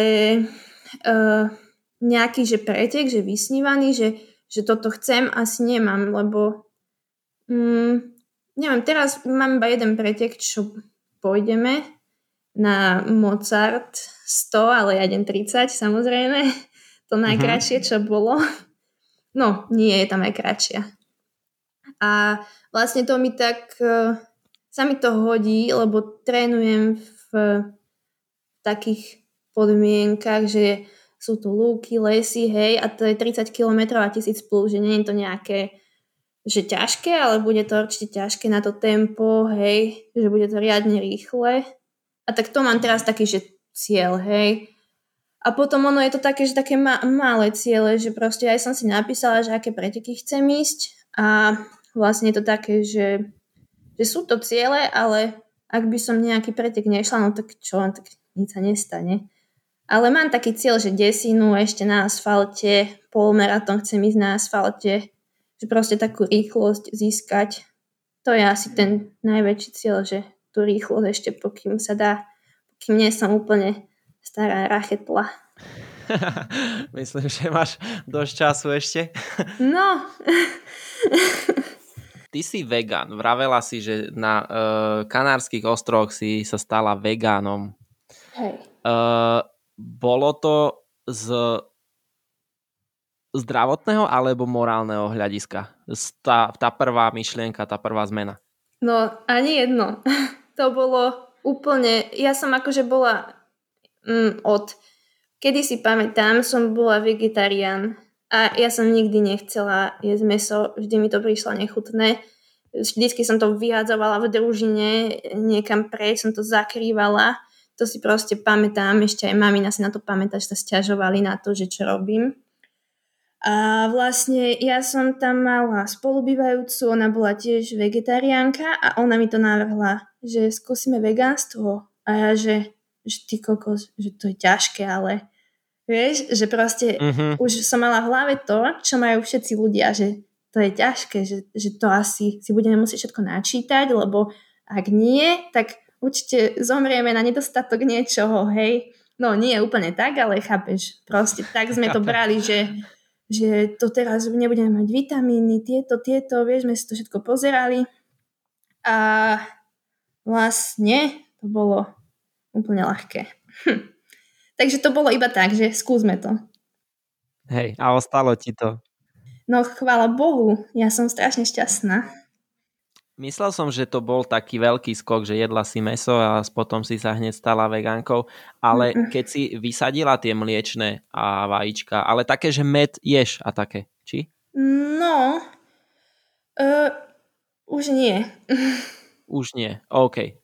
nejaký, že pretek, že vysnívaný, že toto chcem, asi nemám, lebo neviem, teraz mám iba jeden pretek, čo pôjdeme na Mozart 100, ale ja idem 30, samozrejme, to najkrajšie, čo bolo. No, nie je tam aj kratšia. A vlastne to mi tak, sa mi to hodí, lebo trénujem v takých podmienkach, že sú tu lúky, lesy, hej, a to je 30 km a 1000 plus, že nie je to nejaké, že ťažké, ale bude to určite ťažké na to tempo, hej, že bude to riadne rýchle. A tak to mám teraz taký, že cieľ, hej. A potom ono je to také, že také malé ciele, že proste aj som si napísala, že aké preteky chcem ísť a vlastne je to také, že sú to ciele, ale ak by som nejaký pretek nešla, no tak čo, tak nič sa nestane. Ale mám taký cieľ, že desinu ešte na asfalte, polmaratón chcem ísť na asfalte, že proste takú rýchlosť získať. To je asi ten najväčší cieľ, že tú rýchlosť ešte pokým sa dá, pokým nie som úplne stará rachetla. Myslím, že máš dosť času ešte. No. Ty si vegan. Vravela si, že na Kanárskych ostrovoch si sa stala vegánom. Hej. Bolo to z zdravotného alebo morálneho hľadiska? Tá prvá myšlienka, tá prvá zmena. No, ani jedno. To bolo úplne... Ja som akože bola kedy si pamätám, som bola vegetarián a ja som nikdy nechcela jesť mäso, vždy mi to prišlo nechutné. Vždycky som to vyhadzovala v družine, niekam preč, som to zakrývala. To si proste pamätám, ešte aj mamina si na to pamätá, že sa sťažovali na to, že čo robím. A vlastne ja som tam mala spolubývajúcu, ona bola tiež vegetariánka a ona mi to navrhla, že skúsime vegánstvo. A ja, že ty kokos, že to je ťažké, ale vieš, že proste už som mala v hlave to, čo majú všetci ľudia, že to je ťažké, že to asi si budeme musieť všetko načítať, lebo ak nie, tak určite zomrieme na nedostatok niečoho, hej. No nie úplne tak, ale chápeš, proste tak sme to brali, že to teraz nebudeme mať vitamíny, tieto, vieš, sme si to všetko pozerali a vlastne to bolo úplne ľahké. Takže to bolo iba tak, že skúsme to. Hej, a ostalo ti to? No chvála Bohu, ja som strašne šťastná. Myslel som, že to bol taký veľký skok, že jedla si mäso a potom si sa hneď stala vegánkou, ale keď si vysadila tie mliečne a vajíčka, ale také, že med ješ a také, či? No, už nie. Už nie, OK.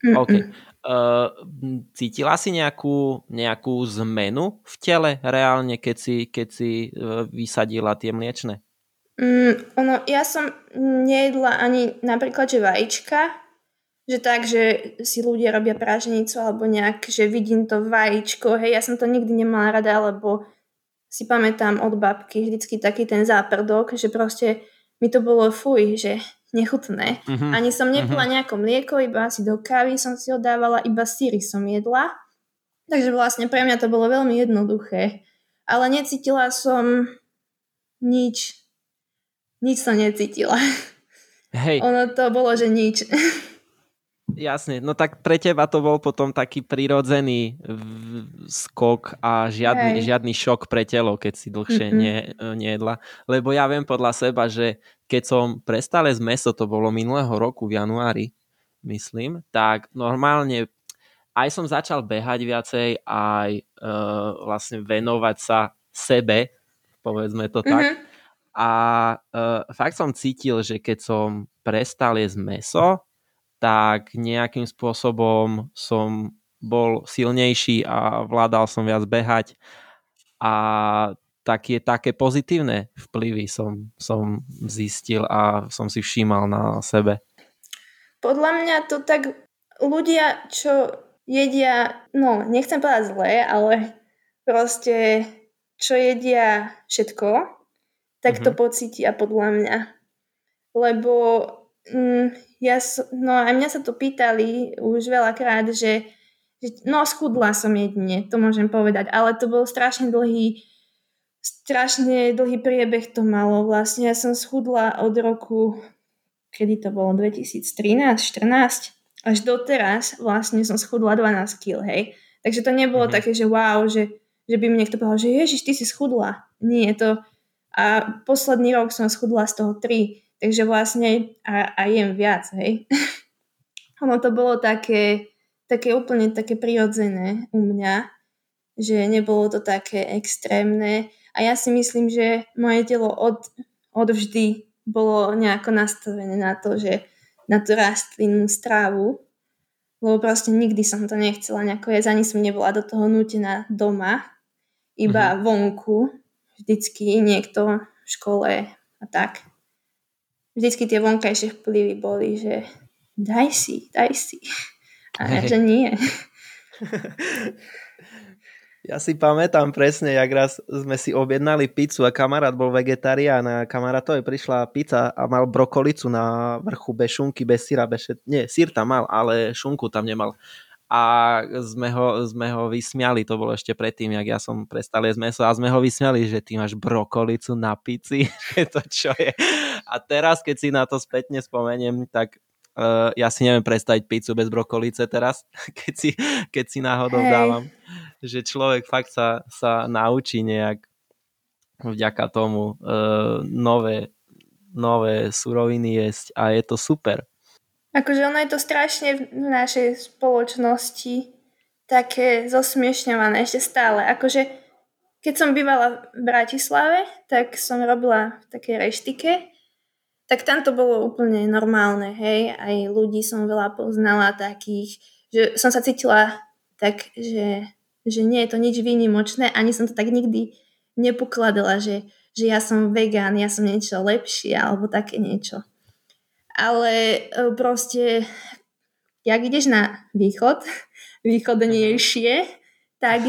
Cítila si nejakú zmenu v tele reálne, keď si vysadila tie mliečne? Ja som nejedla ani napríklad, že vajíčka, že tak, že si ľudia robia praženicu alebo nejak, že vidím to vajíčko, hej, ja som to nikdy nemala rada, lebo si pamätám od babky vždycky taký ten záprdok, že proste mi to bolo fuj, že nechutné. Ani som nepila nejaké mlieko, iba si do kávy som si ho dávala, iba syry som jedla. Takže vlastne pre mňa to bolo veľmi jednoduché. Ale necítila som nič som necítila. Hej. Ono to bolo, že nič. Jasne, no tak pre teba to bol potom taký prirodzený skok a Hej. žiadny šok pre telo, keď si dlhšie Mm-mm. nejedla. Lebo ja viem podľa seba, že keď som prestal jesť mäso, to bolo minulého roku v januári, myslím, tak normálne aj som začal behať viacej, aj vlastne venovať sa sebe, povedzme to tak. Mm-hmm. A fakt som cítil, že keď som prestal jesť mäso, tak nejakým spôsobom som bol silnejší a vládal som viac behať a také pozitívne vplyvy som zistil a som si všímal na sebe. Podľa mňa to tak ľudia, čo jedia, no nechcem povedať zlé, ale proste čo jedia všetko, tak to pocítia podľa mňa. Lebo no aj mňa sa to pýtali už veľakrát, že no schudla som jedine, to môžem povedať, ale to bol strašne dlhý priebeh to malo. Vlastne ja som schudla od roku, kedy to bolo, 2013-14, až doteraz vlastne som schudla 12 kg, hej. Takže to nebolo také, že wow, že by mi niekto povedal, že ježiš, ty si schudla. Nie, to... A posledný rok som schudla z toho 3, takže vlastne a jem viac, hej. Ono to bolo také úplne také prirodzené u mňa, že nebolo to také extrémne. A ja si myslím, že moje telo odvždy bolo nejako nastavené na to, že na tú rastlinnú strávu, lebo proste nikdy som to nechcela nejako jesť, ani som nebola do toho nútená doma, iba vonku, vždycky niekto v škole a tak. Vždycky tie vonkajšie vplyvy boli, že daj si. A ja, že nie. Ja si pamätám presne, jak raz sme si objednali pizzu a kamarát bol vegetarián a kamarátovi prišla pizza a mal brokolicu na vrchu bez šunky, bez syra, nie, syr tam mal, ale šunku tam nemal. A sme ho vysmiali, to bolo ešte predtým, jak ja som prestal jesť mäso a sme ho vysmiali, že ty máš brokolicu na pici, že to čo je. A teraz, keď si na to spätne spomeniem, tak ja si neviem predstaviť pizzu bez brokolice teraz, keď si náhodou dávam. Že človek fakt sa naučí nejak vďaka tomu nové suroviny jesť a je to super. Akože ono je to strašne v našej spoločnosti také zosmiešňované ešte stále. Akože keď som bývala v Bratislave, tak som robila v takej reštike, tak tam to bolo úplne normálne, hej. Aj ľudí som veľa poznala takých, že som sa cítila tak, že nie je to nič výnimočné, ani som to tak nikdy nepokladala, že ja som vegán, ja som niečo lepšie alebo také niečo. Ale proste, jak ideš na východnejšie, tak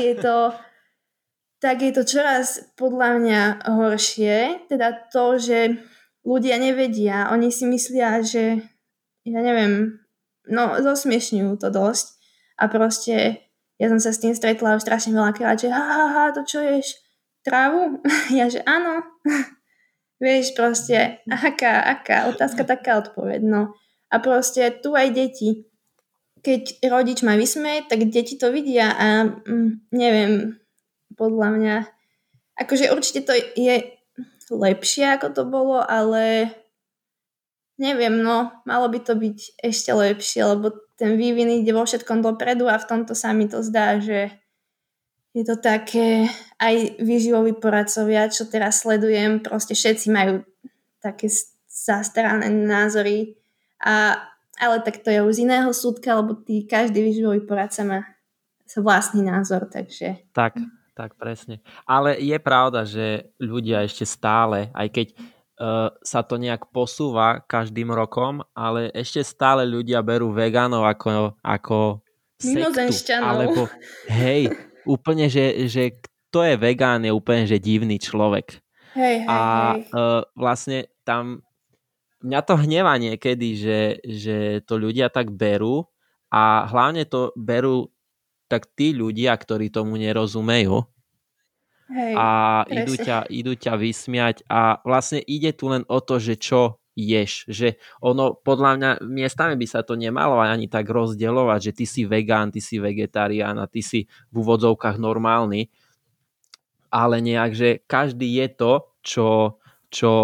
je to čoraz podľa mňa horšie. Teda to, že ľudia nevedia, oni si myslia, že ja neviem, no zosmiešňujú to dosť a proste ja som sa s tým stretla už strašne veľakrát, že to čo ješ? Trávu? Ja, že áno. Vieš, proste, aká otázka, taká odpoveď, no. A proste tu aj deti, keď rodič ma vysmeje, tak deti to vidia a neviem, podľa mňa, akože určite to je lepšie, ako to bolo, ale neviem, no, malo by to byť ešte lepšie, lebo ten vývin ide vo všetkom dopredu a v tomto sa mi to zdá, že je to také, aj výživoví poradcovia, čo teraz sledujem, proste všetci majú také zastarané názory, ale tak to je už z iného súdka, lebo každý výživový poradca má vlastný názor, takže... Tak, presne. Ale je pravda, že ľudia ešte stále, aj keď sa to nejak posúva každým rokom, ale ešte stále ľudia berú vegánov ako sektu. Alebo hej, úplne, že kto je vegán, je úplne, že divný človek. Hej. Vlastne tam mňa to hnevá niekedy, že to ľudia tak berú a hlavne to berú tak tí ľudia, ktorí tomu nerozumejú. Hej, a idú ťa vysmiať a vlastne ide tu len o to, že čo ješ. Že ono, podľa mňa, miestami by sa to nemalo ani tak rozdeľovať, že ty si vegán, ty si vegetarián a ty si v úvodzovkách normálny, ale nejak, že každý je to, čo,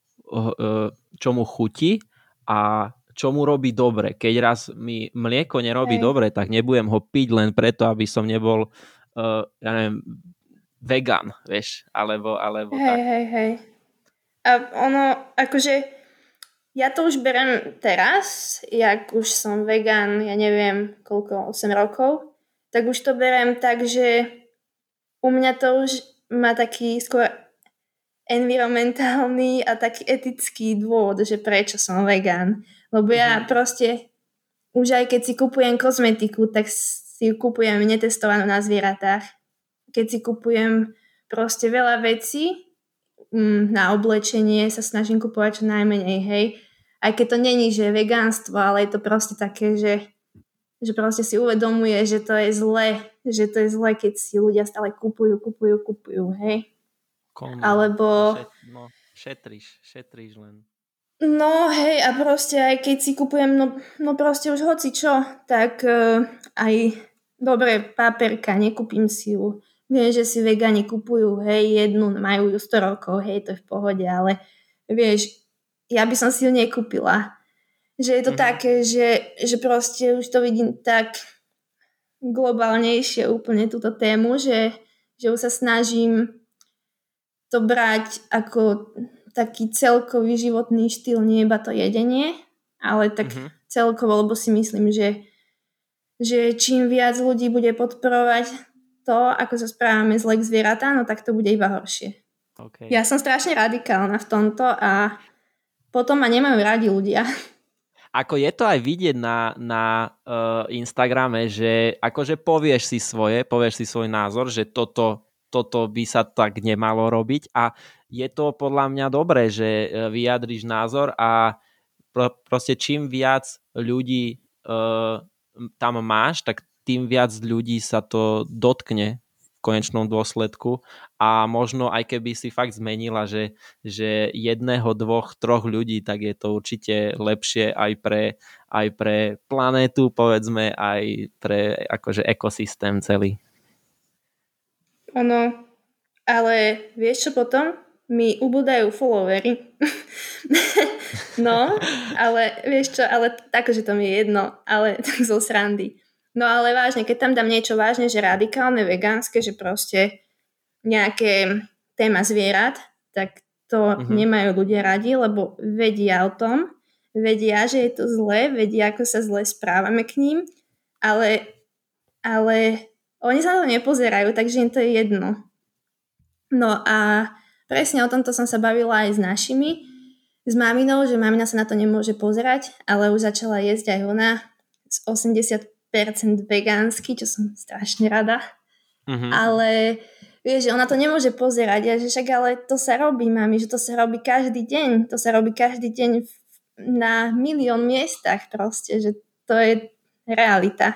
čo mu chutí a čo mu robí dobre. Keď raz mi mlieko nerobí dobre, tak nebudem ho piť len preto, aby som nebol ja neviem, vegan, vieš, alebo tak. Hej. A ono, akože, ja to už berem teraz, jak už som vegan, ja neviem, koľko, 8 rokov, tak už to berem tak, že u mňa to už má taký skôr environmentálny a taký etický dôvod, že prečo som vegan. Lebo ja proste, už aj keď si kupujem kozmetiku, tak si ju kupujem netestovanú na zvieratách. Keď si kupujem proste veľa vecí na oblečenie, sa snažím kupovať čo najmenej, hej. Aj keď to není, že vegánstvo, ale je to proste také, že proste si uvedomuje, že to je zle, keď si ľudia stále kupujú, hej. Alebo šetríš len. No hej, a proste aj keď si kupujem, no proste už hoci čo, tak aj dobre paprika, nekúpim si ju. Viem, že si vegáni kupujú, hej, jednu, majú ju 100 rokov, hej, to je v pohode, ale vieš, ja by som si ju nekúpila. Že je to také, že proste už to vidím tak globálnejšie úplne túto tému, že už sa snažím to brať ako taký celkový životný štýl, nie iba to jedenie, ale tak celkovo, lebo si myslím, že čím viac ľudí bude podporovať to, ako sa správame zle k zvieratá, no tak to bude iba horšie. Okay. Ja som strašne radikálna v tomto a potom ma nemajú radi ľudia. Ako je to aj vidieť na Instagrame, že akože povieš si svoj názor, že toto by sa tak nemalo robiť a je to podľa mňa dobré, že vyjadriš názor a proste čím viac ľudí tam máš, tak tým viac ľudí sa to dotkne v konečnom dôsledku a možno aj keby si fakt zmenila, že jedného, dvoch, troch ľudí, tak je to určite lepšie aj pre planétu, povedzme, aj pre akože ekosystém celý. Ono, ale vieš čo potom? Mi ubúdajú followery. No, ale vieš čo, ale takže to mi je jedno, ale tak zo srandy. No ale vážne, keď tam dám niečo vážne, že radikálne, vegánske, že proste nejaké téma zvierat, tak to nemajú ľudia radi, lebo vedia o tom, vedia, že je to zlé, vedia, ako sa zle správame k ním, ale oni sa na to nepozerajú, takže im to je jedno. No a presne o tomto som sa bavila aj s našimi, s maminou, že mamina sa na to nemôže pozerať, ale už začala jesť aj ona z 80% vegánsky, čo som strašne rada. Ale vieš, že ona to nemôže pozerať a že však ale to sa robí, mami, že to sa robí každý deň. To sa robí každý deň na milión miestach proste, že to je realita.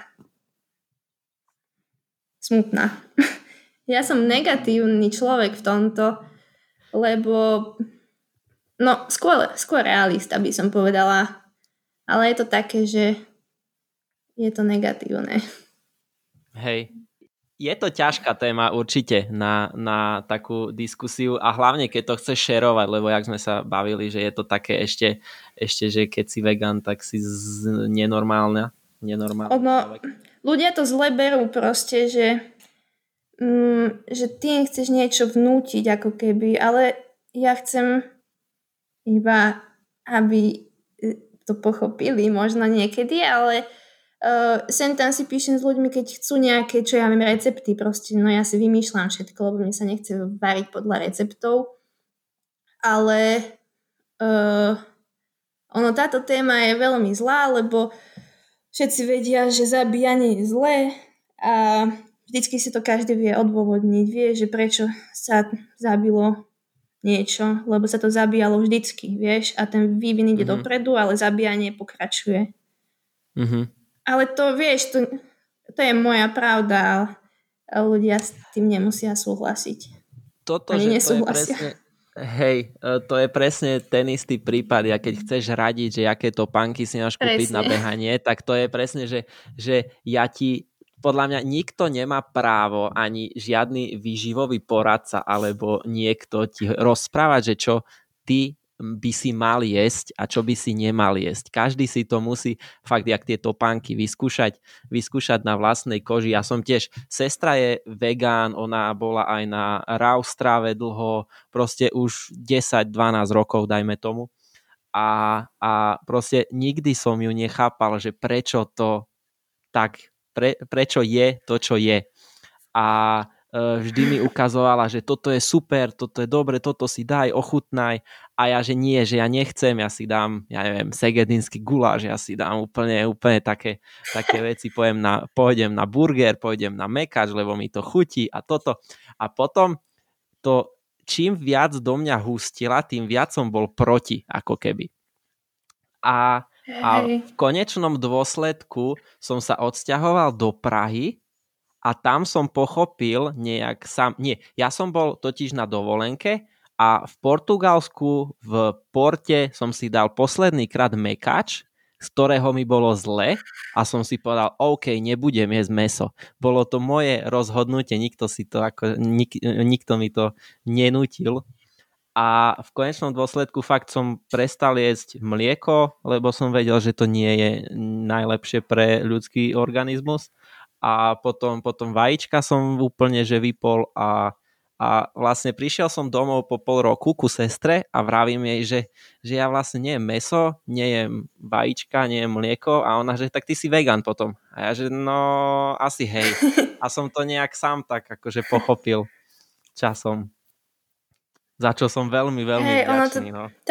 Smutná. Ja som negatívny človek v tomto, lebo no, skôr realista by som povedala. Ale je to také, že je to negatívne. Hej. Je to ťažká téma určite na takú diskusiu a hlavne keď to chceš šerovať, lebo jak sme sa bavili, že je to také ešte že keď si vegan, tak si nenormálne. Ľudia to zle berú proste, že ty im chceš niečo vnútiť ako keby, ale ja chcem iba, aby to pochopili možno niekedy, ale sem tam si píšem s ľuďmi, keď chcú nejaké, čo ja viem, recepty proste, no ja si vymýšľam všetko, lebo mne sa nechce variť podľa receptov, ale táto téma je veľmi zlá, lebo všetci vedia, že zabíjanie je zlé a vždycky si to každý vie odôvodniť, vie, že prečo sa zabilo niečo, lebo sa to zabíjalo vždycky, vieš, a ten vývin ide dopredu, ale zabíjanie pokračuje. Ale to, vieš, to je moja pravda a ľudia s tým nemusia súhlasiť. Toto, že to je presne, Hej, to je presne ten istý prípad, ja keď chceš radiť, že aké topánky si máš kúpiť na Presne. behanie, tak to je presne, že ja ti, podľa mňa nikto nemá právo, ani žiadny výživový poradca, alebo niekto ti rozprávať, že čo ty by si mal jesť a čo by si nemal jesť. Každý si to musí fakt, jak tie topánky vyskúšať na vlastnej koži. Ja som tiež, sestra je vegán, ona bola aj na raw strave dlho, proste už 10-12 rokov, dajme tomu. A proste nikdy som ju nechápal, že prečo to tak, prečo je to, čo je. A vždy mi ukazovala, že toto je super, toto je dobre, toto si daj, ochutnaj. A ja, že nie, že ja nechcem, ja si dám, ja neviem, segedinský guláš, ja si dám úplne také veci, pôjdem na burger, pôjdem na mekač, lebo mi to chutí a toto. A potom to čím viac do mňa hustila, tým viac som bol proti, ako keby. A v konečnom dôsledku som sa odsťahoval do Prahy a tam som pochopil nejak sám... Nie, ja som bol totiž na dovolenke a v Portugalsku v Porte som si dal posledný krát mekač, z ktorého mi bolo zle a som si povedal, OK, nebudem jesť mäso. Bolo to moje rozhodnutie, nikto mi to nenútil. A v konečnom dôsledku fakt som prestal jesť mlieko, lebo som vedel, že to nie je najlepšie pre ľudský organizmus. A potom vajíčka som úplne že vypol a vlastne prišiel som domov po pol roku ku sestre a vravím jej, že ja vlastne nejem mäso, nejem vajíčka, nejem mlieko a ona, že tak ty si vegan potom. A ja, že no asi hej. A som to nejak sám tak akože pochopil časom. Za čo som veľmi, veľmi vďačný.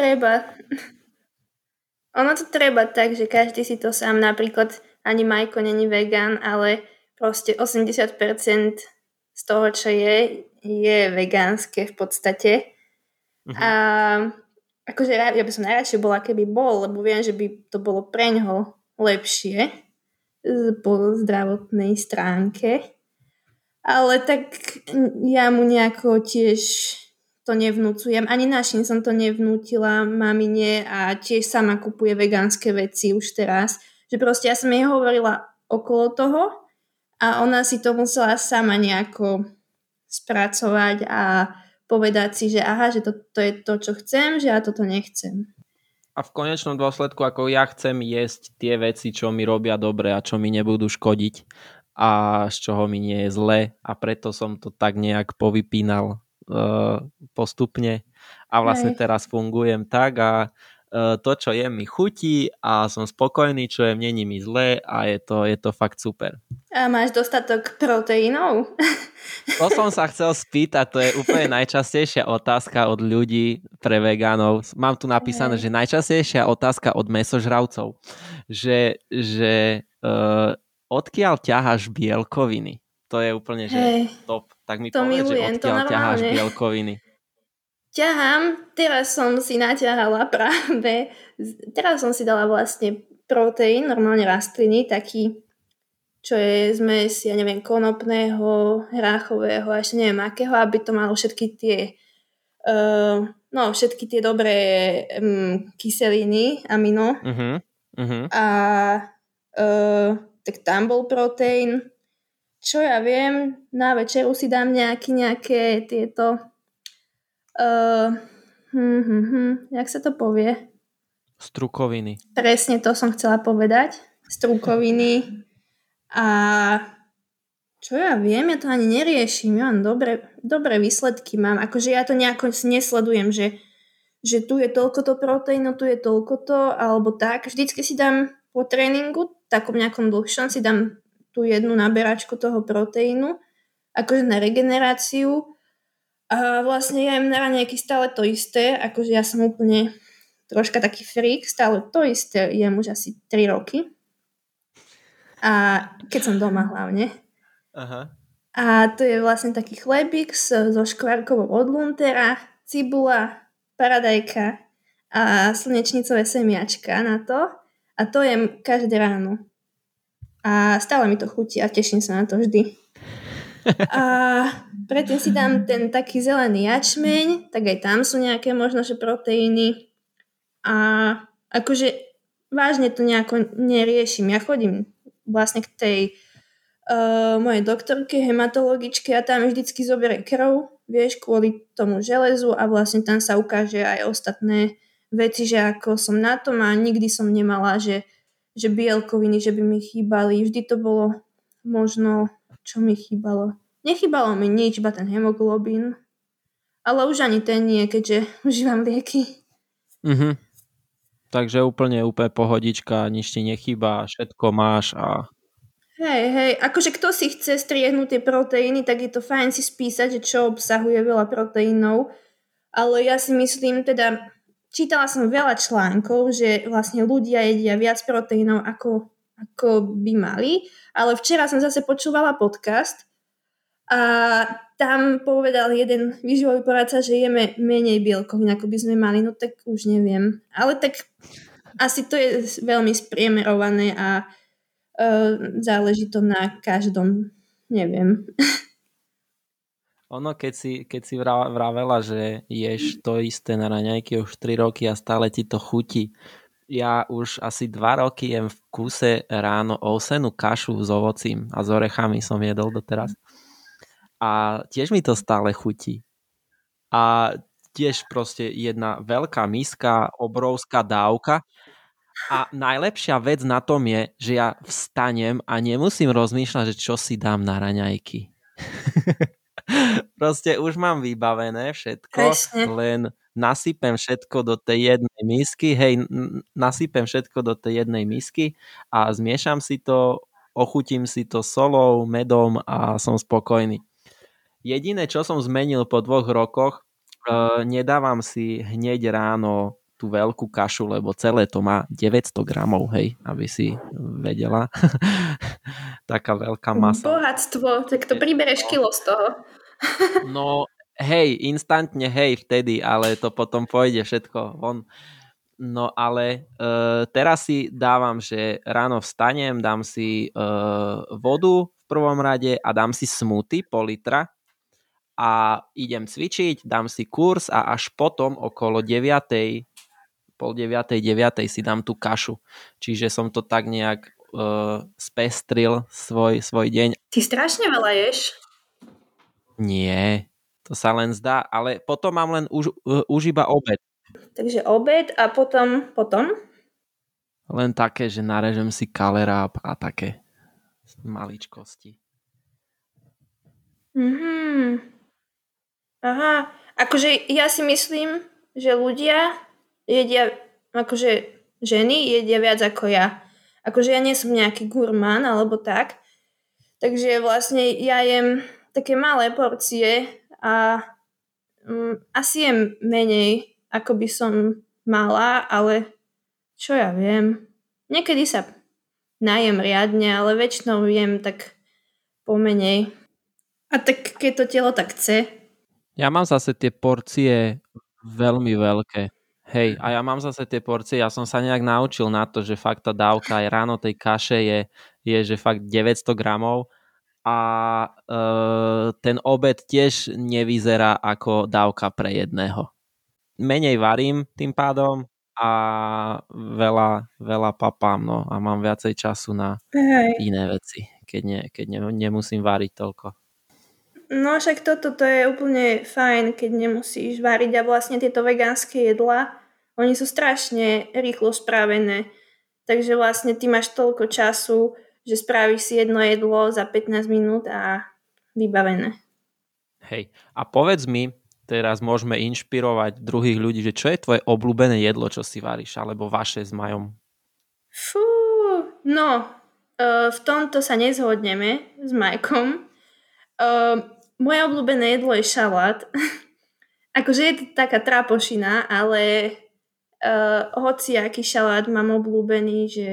Ono to treba tak, že každý si to sám, napríklad ani Majko není vegan, ale proste 80% z toho, čo je vegánske v podstate. Uh-huh. A akože ja by som najradšej bola, keby bol, lebo viem, že by to bolo preňho lepšie po zdravotnej stránke. Ale tak ja mu nejako tiež to nevnúcujem. Ani našim som to nevnútila mamine a tiež sama kupuje vegánske veci už teraz. Že proste ja som jej hovorila okolo toho a ona si to musela sama nejako spracovať a povedať si, že aha, že to je to, čo chcem, že ja toto nechcem. A v konečnom dôsledku, ako ja chcem jesť tie veci, čo mi robia dobre a čo mi nebudú škodiť a z čoho mi nie je zle a preto som to tak nejak povypínal postupne a vlastne teraz fungujem tak a to, čo jem, mi chutí a som spokojný, čo jem, není mi zle a je to fakt super. A máš dostatok proteínov? To som sa chcel spýtať, to je úplne najčastejšia otázka od ľudí pre vegánov. Mám tu napísané, že najčastejšia otázka od mäsožravcov, že odkiaľ ťaháš bielkoviny? To je úplne, že top. Tak mi povedz, že odkiaľ ťaháš bielkoviny. Ťahám, teraz som si naťahala práve, teraz som si dala vlastne proteín, normálne rastliny, taký, čo je zmes, ja neviem, konopného, hráchového a ešte neviem akého, aby to malo všetky tie všetky tie dobré kyseliny, amino. A tak tam bol proteín. Čo ja viem, na večeru si dám nejaké tieto jak sa to povie? Strukoviny. Presne to som chcela povedať. Strukoviny. A čo ja viem, ja to ani neriešim. Ja mám dobré výsledky mám. Akože ja to nejako nesledujem, že tu je toľkoto proteínu, tu je toľkoto, alebo tak. Vždycky si dám po tréningu, takom nejakom dlhšom, si dám tú jednu naberačku toho proteínu, akože na regeneráciu. A vlastne ja jem na raňajky stále to isté, akože ja som úplne troška taký freak, stále to isté jem už asi 3 roky. A keď som doma hlavne. Aha. A to je vlastne taký chlebík so škvárkovou od Luntera, cibula, paradajka a slnečnicové semiačka na to. A to jem každé ráno. A stále mi to chutí a teším sa na to vždy. A Predtým si dám ten taký zelený jačmeň, tak aj tam sú nejaké možno, že proteíny. A akože vážne to nejako neriešim. Ja chodím vlastne k tej mojej doktorke, hematologičke a tam vždycky zoberie krv, vieš, kvôli tomu železu a vlastne tam sa ukáže aj ostatné veci, že ako som na tom a nikdy som nemala, že bielkoviny, že by mi chýbali. Vždy to bolo možno, čo mi chýbalo. Nechýbalo mi nič, iba ten hemoglobín. Ale už ani ten nie, keďže užívam lieky. Mhm. Takže úplne pohodička, nič ti nechýba, všetko máš a... Hej, akože kto si chce striehnúť tie proteíny, tak je to fajn si spísať, že čo obsahuje veľa proteínov, ale ja si myslím, teda čítala som veľa článkov, že vlastne ľudia jedia viac proteínov, ako by mali, ale včera som zase počúvala podcast a tam povedal jeden výživový poradca, že jeme menej bielkovín, ako by sme mali, no tak už neviem. Ale tak asi to je veľmi spriemerované a záleží to na každom, neviem. Ono, keď si vravela, že ješ to isté na raňajky už 3 roky a stále ti to chutí. Ja už asi 2 roky jem v kuse ráno ovsenú kašu s ovocím a s orechami som jedol doteraz. A tiež mi to stále chutí. A tiež proste jedna veľká miska, obrovská dávka. A najlepšia vec na tom je, že ja vstanem a nemusím rozmýšľať, že čo si dám na raňajky. Proste už mám vybavené všetko, Presne. len nasypem všetko do tej jednej misky, nasypem všetko do tej jednej misky a zmiešam si to, ochutím si to solou, medom a som spokojný. Jediné, čo som zmenil po 2 rokoch, nedávam si hneď ráno tú veľkú kašu, lebo celé to má 900 gramov, hej, aby si vedela. Taká veľká masa. Bohatstvo, tak to pribereš kilo z toho. No, hej, instantne, hej, vtedy, ale to potom pôjde všetko von. No ale teraz si dávam, že ráno vstanem, dám si vodu v prvom rade a dám si smoothie pol litra a idem cvičiť, dám si kurz a až potom okolo 9, pol 9, 9 si dám tú kašu. Čiže som to tak nejak spestril svoj deň. Ty strašne veľa ješ. Nie, to sa len zdá, ale potom mám len už iba obed. Takže obed a potom? Len také, že narežem si kaleráb a také maličkosti. Aha, akože ja si myslím, že ľudia jedia, akože ženy jedia viac ako ja. Akože ja nie som nejaký gurmán alebo tak. Takže vlastne ja jem také malé porcie a asi jem menej, ako by som mala, ale čo ja viem. Niekedy sa najem riadne, ale väčšinou jem tak pomenej. A tak keď to telo tak chce. Ja mám zase tie porcie veľmi veľké. Hej, a ja mám zase tie porcie, ja som sa nejak naučil na to, že fakt tá dávka aj ráno tej kaše je že fakt 900 gramov a ten obed tiež nevyzerá ako dávka pre jedného. Menej varím tým pádom a veľa papám, no a mám viacej času na iné veci, keď nemusím variť toľko. No však toto je úplne fajn, keď nemusíš variť a vlastne tieto vegánske jedlá, oni sú strašne rýchlo spravené. Takže vlastne ty máš toľko času, že spravíš si jedno jedlo za 15 minút a vybavené. Hej, a povedz mi, teraz môžeme inšpirovať druhých ľudí, že čo je tvoje obľúbené jedlo, čo si varíš, alebo vaše s Majom? Fú, no, v tomto sa nezhodneme s Majkom. Moje obľúbené jedlo je šalát. Akože je to taká trápošina, ale hociaký šalát mám obľúbený, že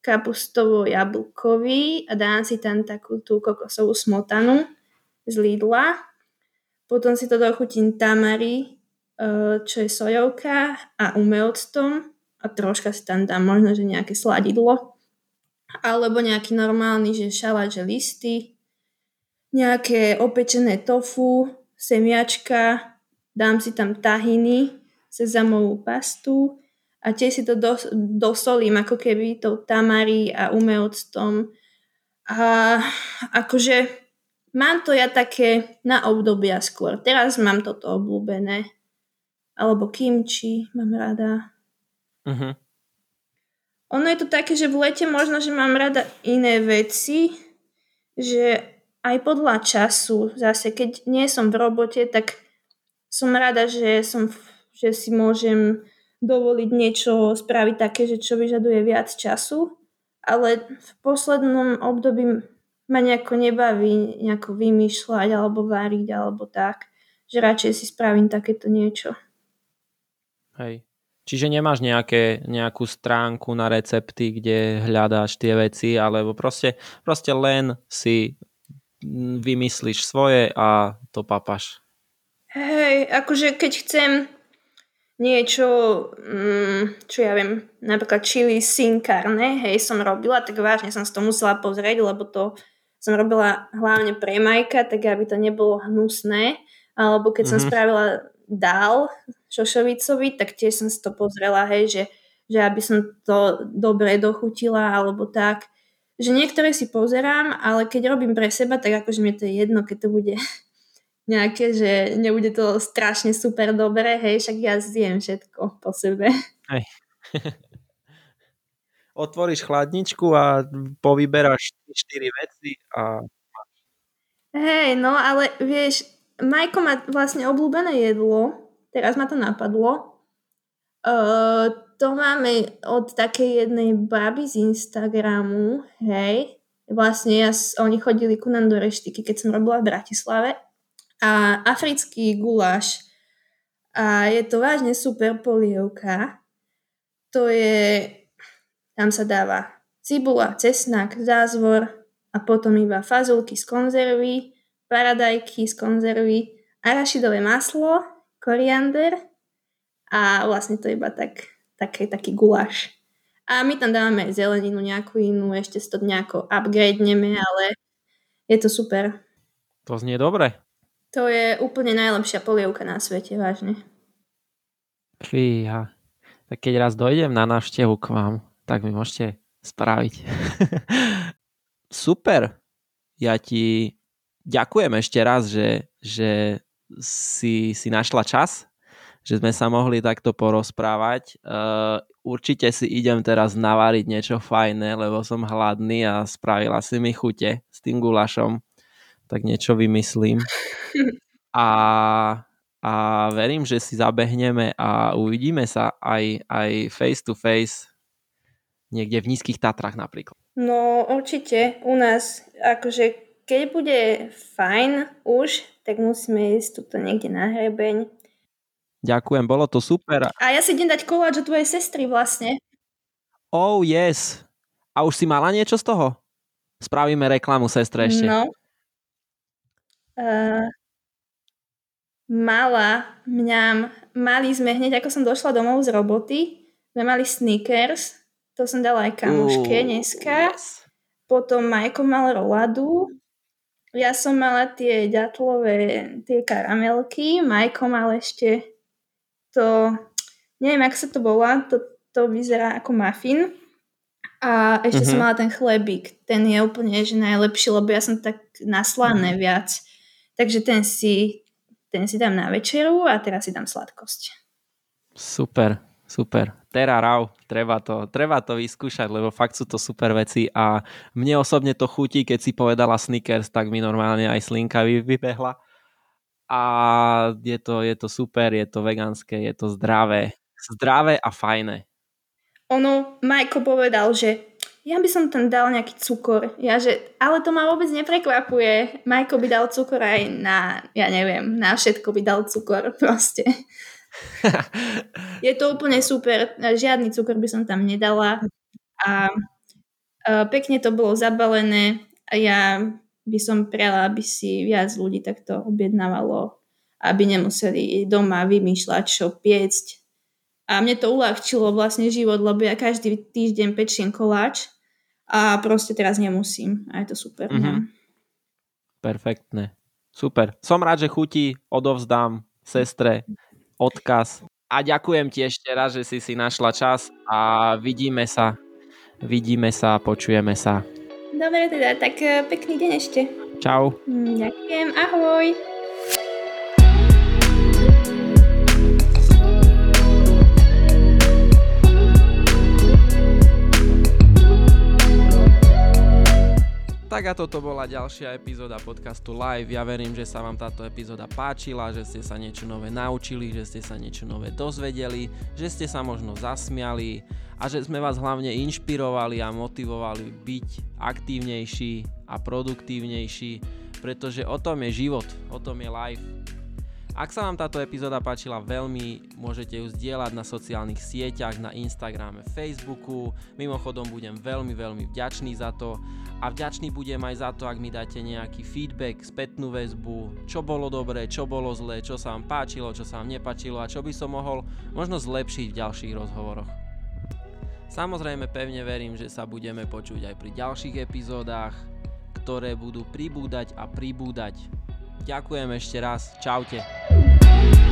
kapustovo-jablkový a dám si tam takú tú kokosovú smotanu z Lidla. Potom si to dochutím tamari, čo je sojovka a umeoctom a troška si tam dám možno, že nejaké sladidlo. Alebo nejaký normálny, že šalát, že listy. nejaké opečené tofu, semiačka, dám si tam tahiny, sezamovú pastu a tiež si to dosolím ako keby tou tamari a umeoctom. A akože mám to ja také na obdobia skôr. Teraz mám toto obľúbené. Alebo kimchi mám rada. Uh-huh. Ono je to také, že v lete možno, že mám rada iné veci, že aj podľa času, zase keď nie som v robote, tak som rada, že si môžem dovoliť niečo spraviť také, že čo vyžaduje viac času, ale v poslednom období ma nejako nebaví nejako vymýšľať alebo variť alebo tak, že radšej si spravím takéto niečo. Hej. Čiže nemáš nejakú stránku na recepty, kde hľadáš tie veci, alebo proste len si vymyslíš svoje a to papaš. Hej, akože keď chcem niečo, čo ja viem, napríklad chili sin carne, hej, som robila, tak vážne som si to musela pozrieť, lebo to som robila hlavne pre Majka, tak aby to nebolo hnusné, alebo keď som spravila dál šošovicovi, tak tiež som si to pozrela, hej, že aby som to dobre dochutila, alebo tak. Že niektoré si pozerám, ale keď robím pre seba, tak akože mi to je jedno, keď to bude nejaké, že nebude to strašne super dobré, hej, však ja zjem všetko po sebe. Hej. Otvoríš chladničku a povyberáš 4 veci a... Hej, no ale vieš, Majko má vlastne obľúbené jedlo, teraz ma to napadlo. To máme od takej jednej baby z Instagramu, hej. Vlastne oni chodili ku nám do reštiky, keď som robila v Bratislave. A africký guláš. A je to vážne super polievka. To je, tam sa dáva cibula, cesnak, zázvor a potom iba fazulky z konzervy, paradajky z konzervy, arašidové maslo, koriander a vlastne to iba taký guláš. A my tam dávame aj zeleninu nejakú inú, ešte si to nejako upgradeneme, ale je to super. To znie dobre. To je úplne najlepšia polievka na svete, vážne. Fíha. Tak keď raz dojdem na návštevu k vám, tak mi môžete spraviť. Super. Ja ti ďakujem ešte raz, že si našla čas, že sme sa mohli takto porozprávať. Určite si idem teraz navariť niečo fajné, lebo som hladný a spravila si mi chute s tým gulašom. Tak niečo vymyslím. A verím, že si zabehneme a uvidíme sa aj face to face niekde v Nízkych Tatrách napríklad. No určite u nás, akože keď bude fajn už, tak musíme ísť tuto niekde na hrebeň. Ďakujem, bolo to super. A ja si idem dať koláč od tvojej sestry vlastne. Oh yes. A už si mala niečo z toho? Spravíme reklamu sestre ešte. No. Mali sme hneď, ako som došla domov z roboty, sme mali Snickers, to som dala aj kamoške dneska. Yes. Potom Majko mal roladu, ja som mala tie ďatlové, tie karamelky, Majko mal ešte to, neviem, ako sa to volá, to vyzerá ako muffin. A ešte som mala ten chlebík, ten je úplne že najlepší, lebo ja som tak na slané viac. Takže ten si dám na večeru a teraz si dám sladkosť. Super. Tera rau, treba to vyskúšať, lebo fakt sú to super veci a mne osobne to chutí, keď si povedala Snickers, tak mi normálne aj slinka vybehla. A je to super, je to vegánske, je to zdravé a fajné. Majko povedal, že ja by som tam dal nejaký cukor. Ale to ma vôbec neprekvapuje. Majko by dal cukor aj na, ja neviem, na všetko by dal cukor proste. Je to úplne super. Žiadny cukor by som tam nedala. A pekne to bolo zabalené. A ja by som priala, aby si viac ľudí takto objednávalo, aby nemuseli doma vymýšľať, čo piecť. A mne to uľahčilo vlastne život, lebo ja každý týždeň pečiem koláč a proste teraz nemusím. A je to super. Perfektné. Super. Som rád, že chutí, odovzdám sestre odkaz. A ďakujem ti ešte raz, že si našla čas a vidíme sa, počujeme sa. Dobre teda, tak pekný deň ešte. Čau. Ďakujem, ahoj. Tak a toto bola ďalšia epizóda podcastu Live. Ja verím, že sa vám táto epizóda páčila, že ste sa niečo nové naučili, že ste sa niečo nové dozvedeli, že ste sa možno zasmiali a že sme vás hlavne inšpirovali a motivovali byť aktívnejší a produktívnejší, pretože o tom je život, o tom je life. Ak sa vám táto epizóda páčila veľmi, môžete ju zdieľať na sociálnych sieťach, na Instagrame, Facebooku. Mimochodom budem veľmi vďačný za to a vďačný budem aj za to, ak mi dáte nejaký feedback, spätnú väzbu, čo bolo dobré, čo bolo zlé, čo sa vám páčilo, čo sa vám nepáčilo a čo by som mohol možno zlepšiť v ďalších rozhovoroch. Samozrejme pevne verím, že sa budeme počuť aj pri ďalších epizódach, ktoré budú pribúdať a pribúdať. Ďakujem ešte raz, čaute.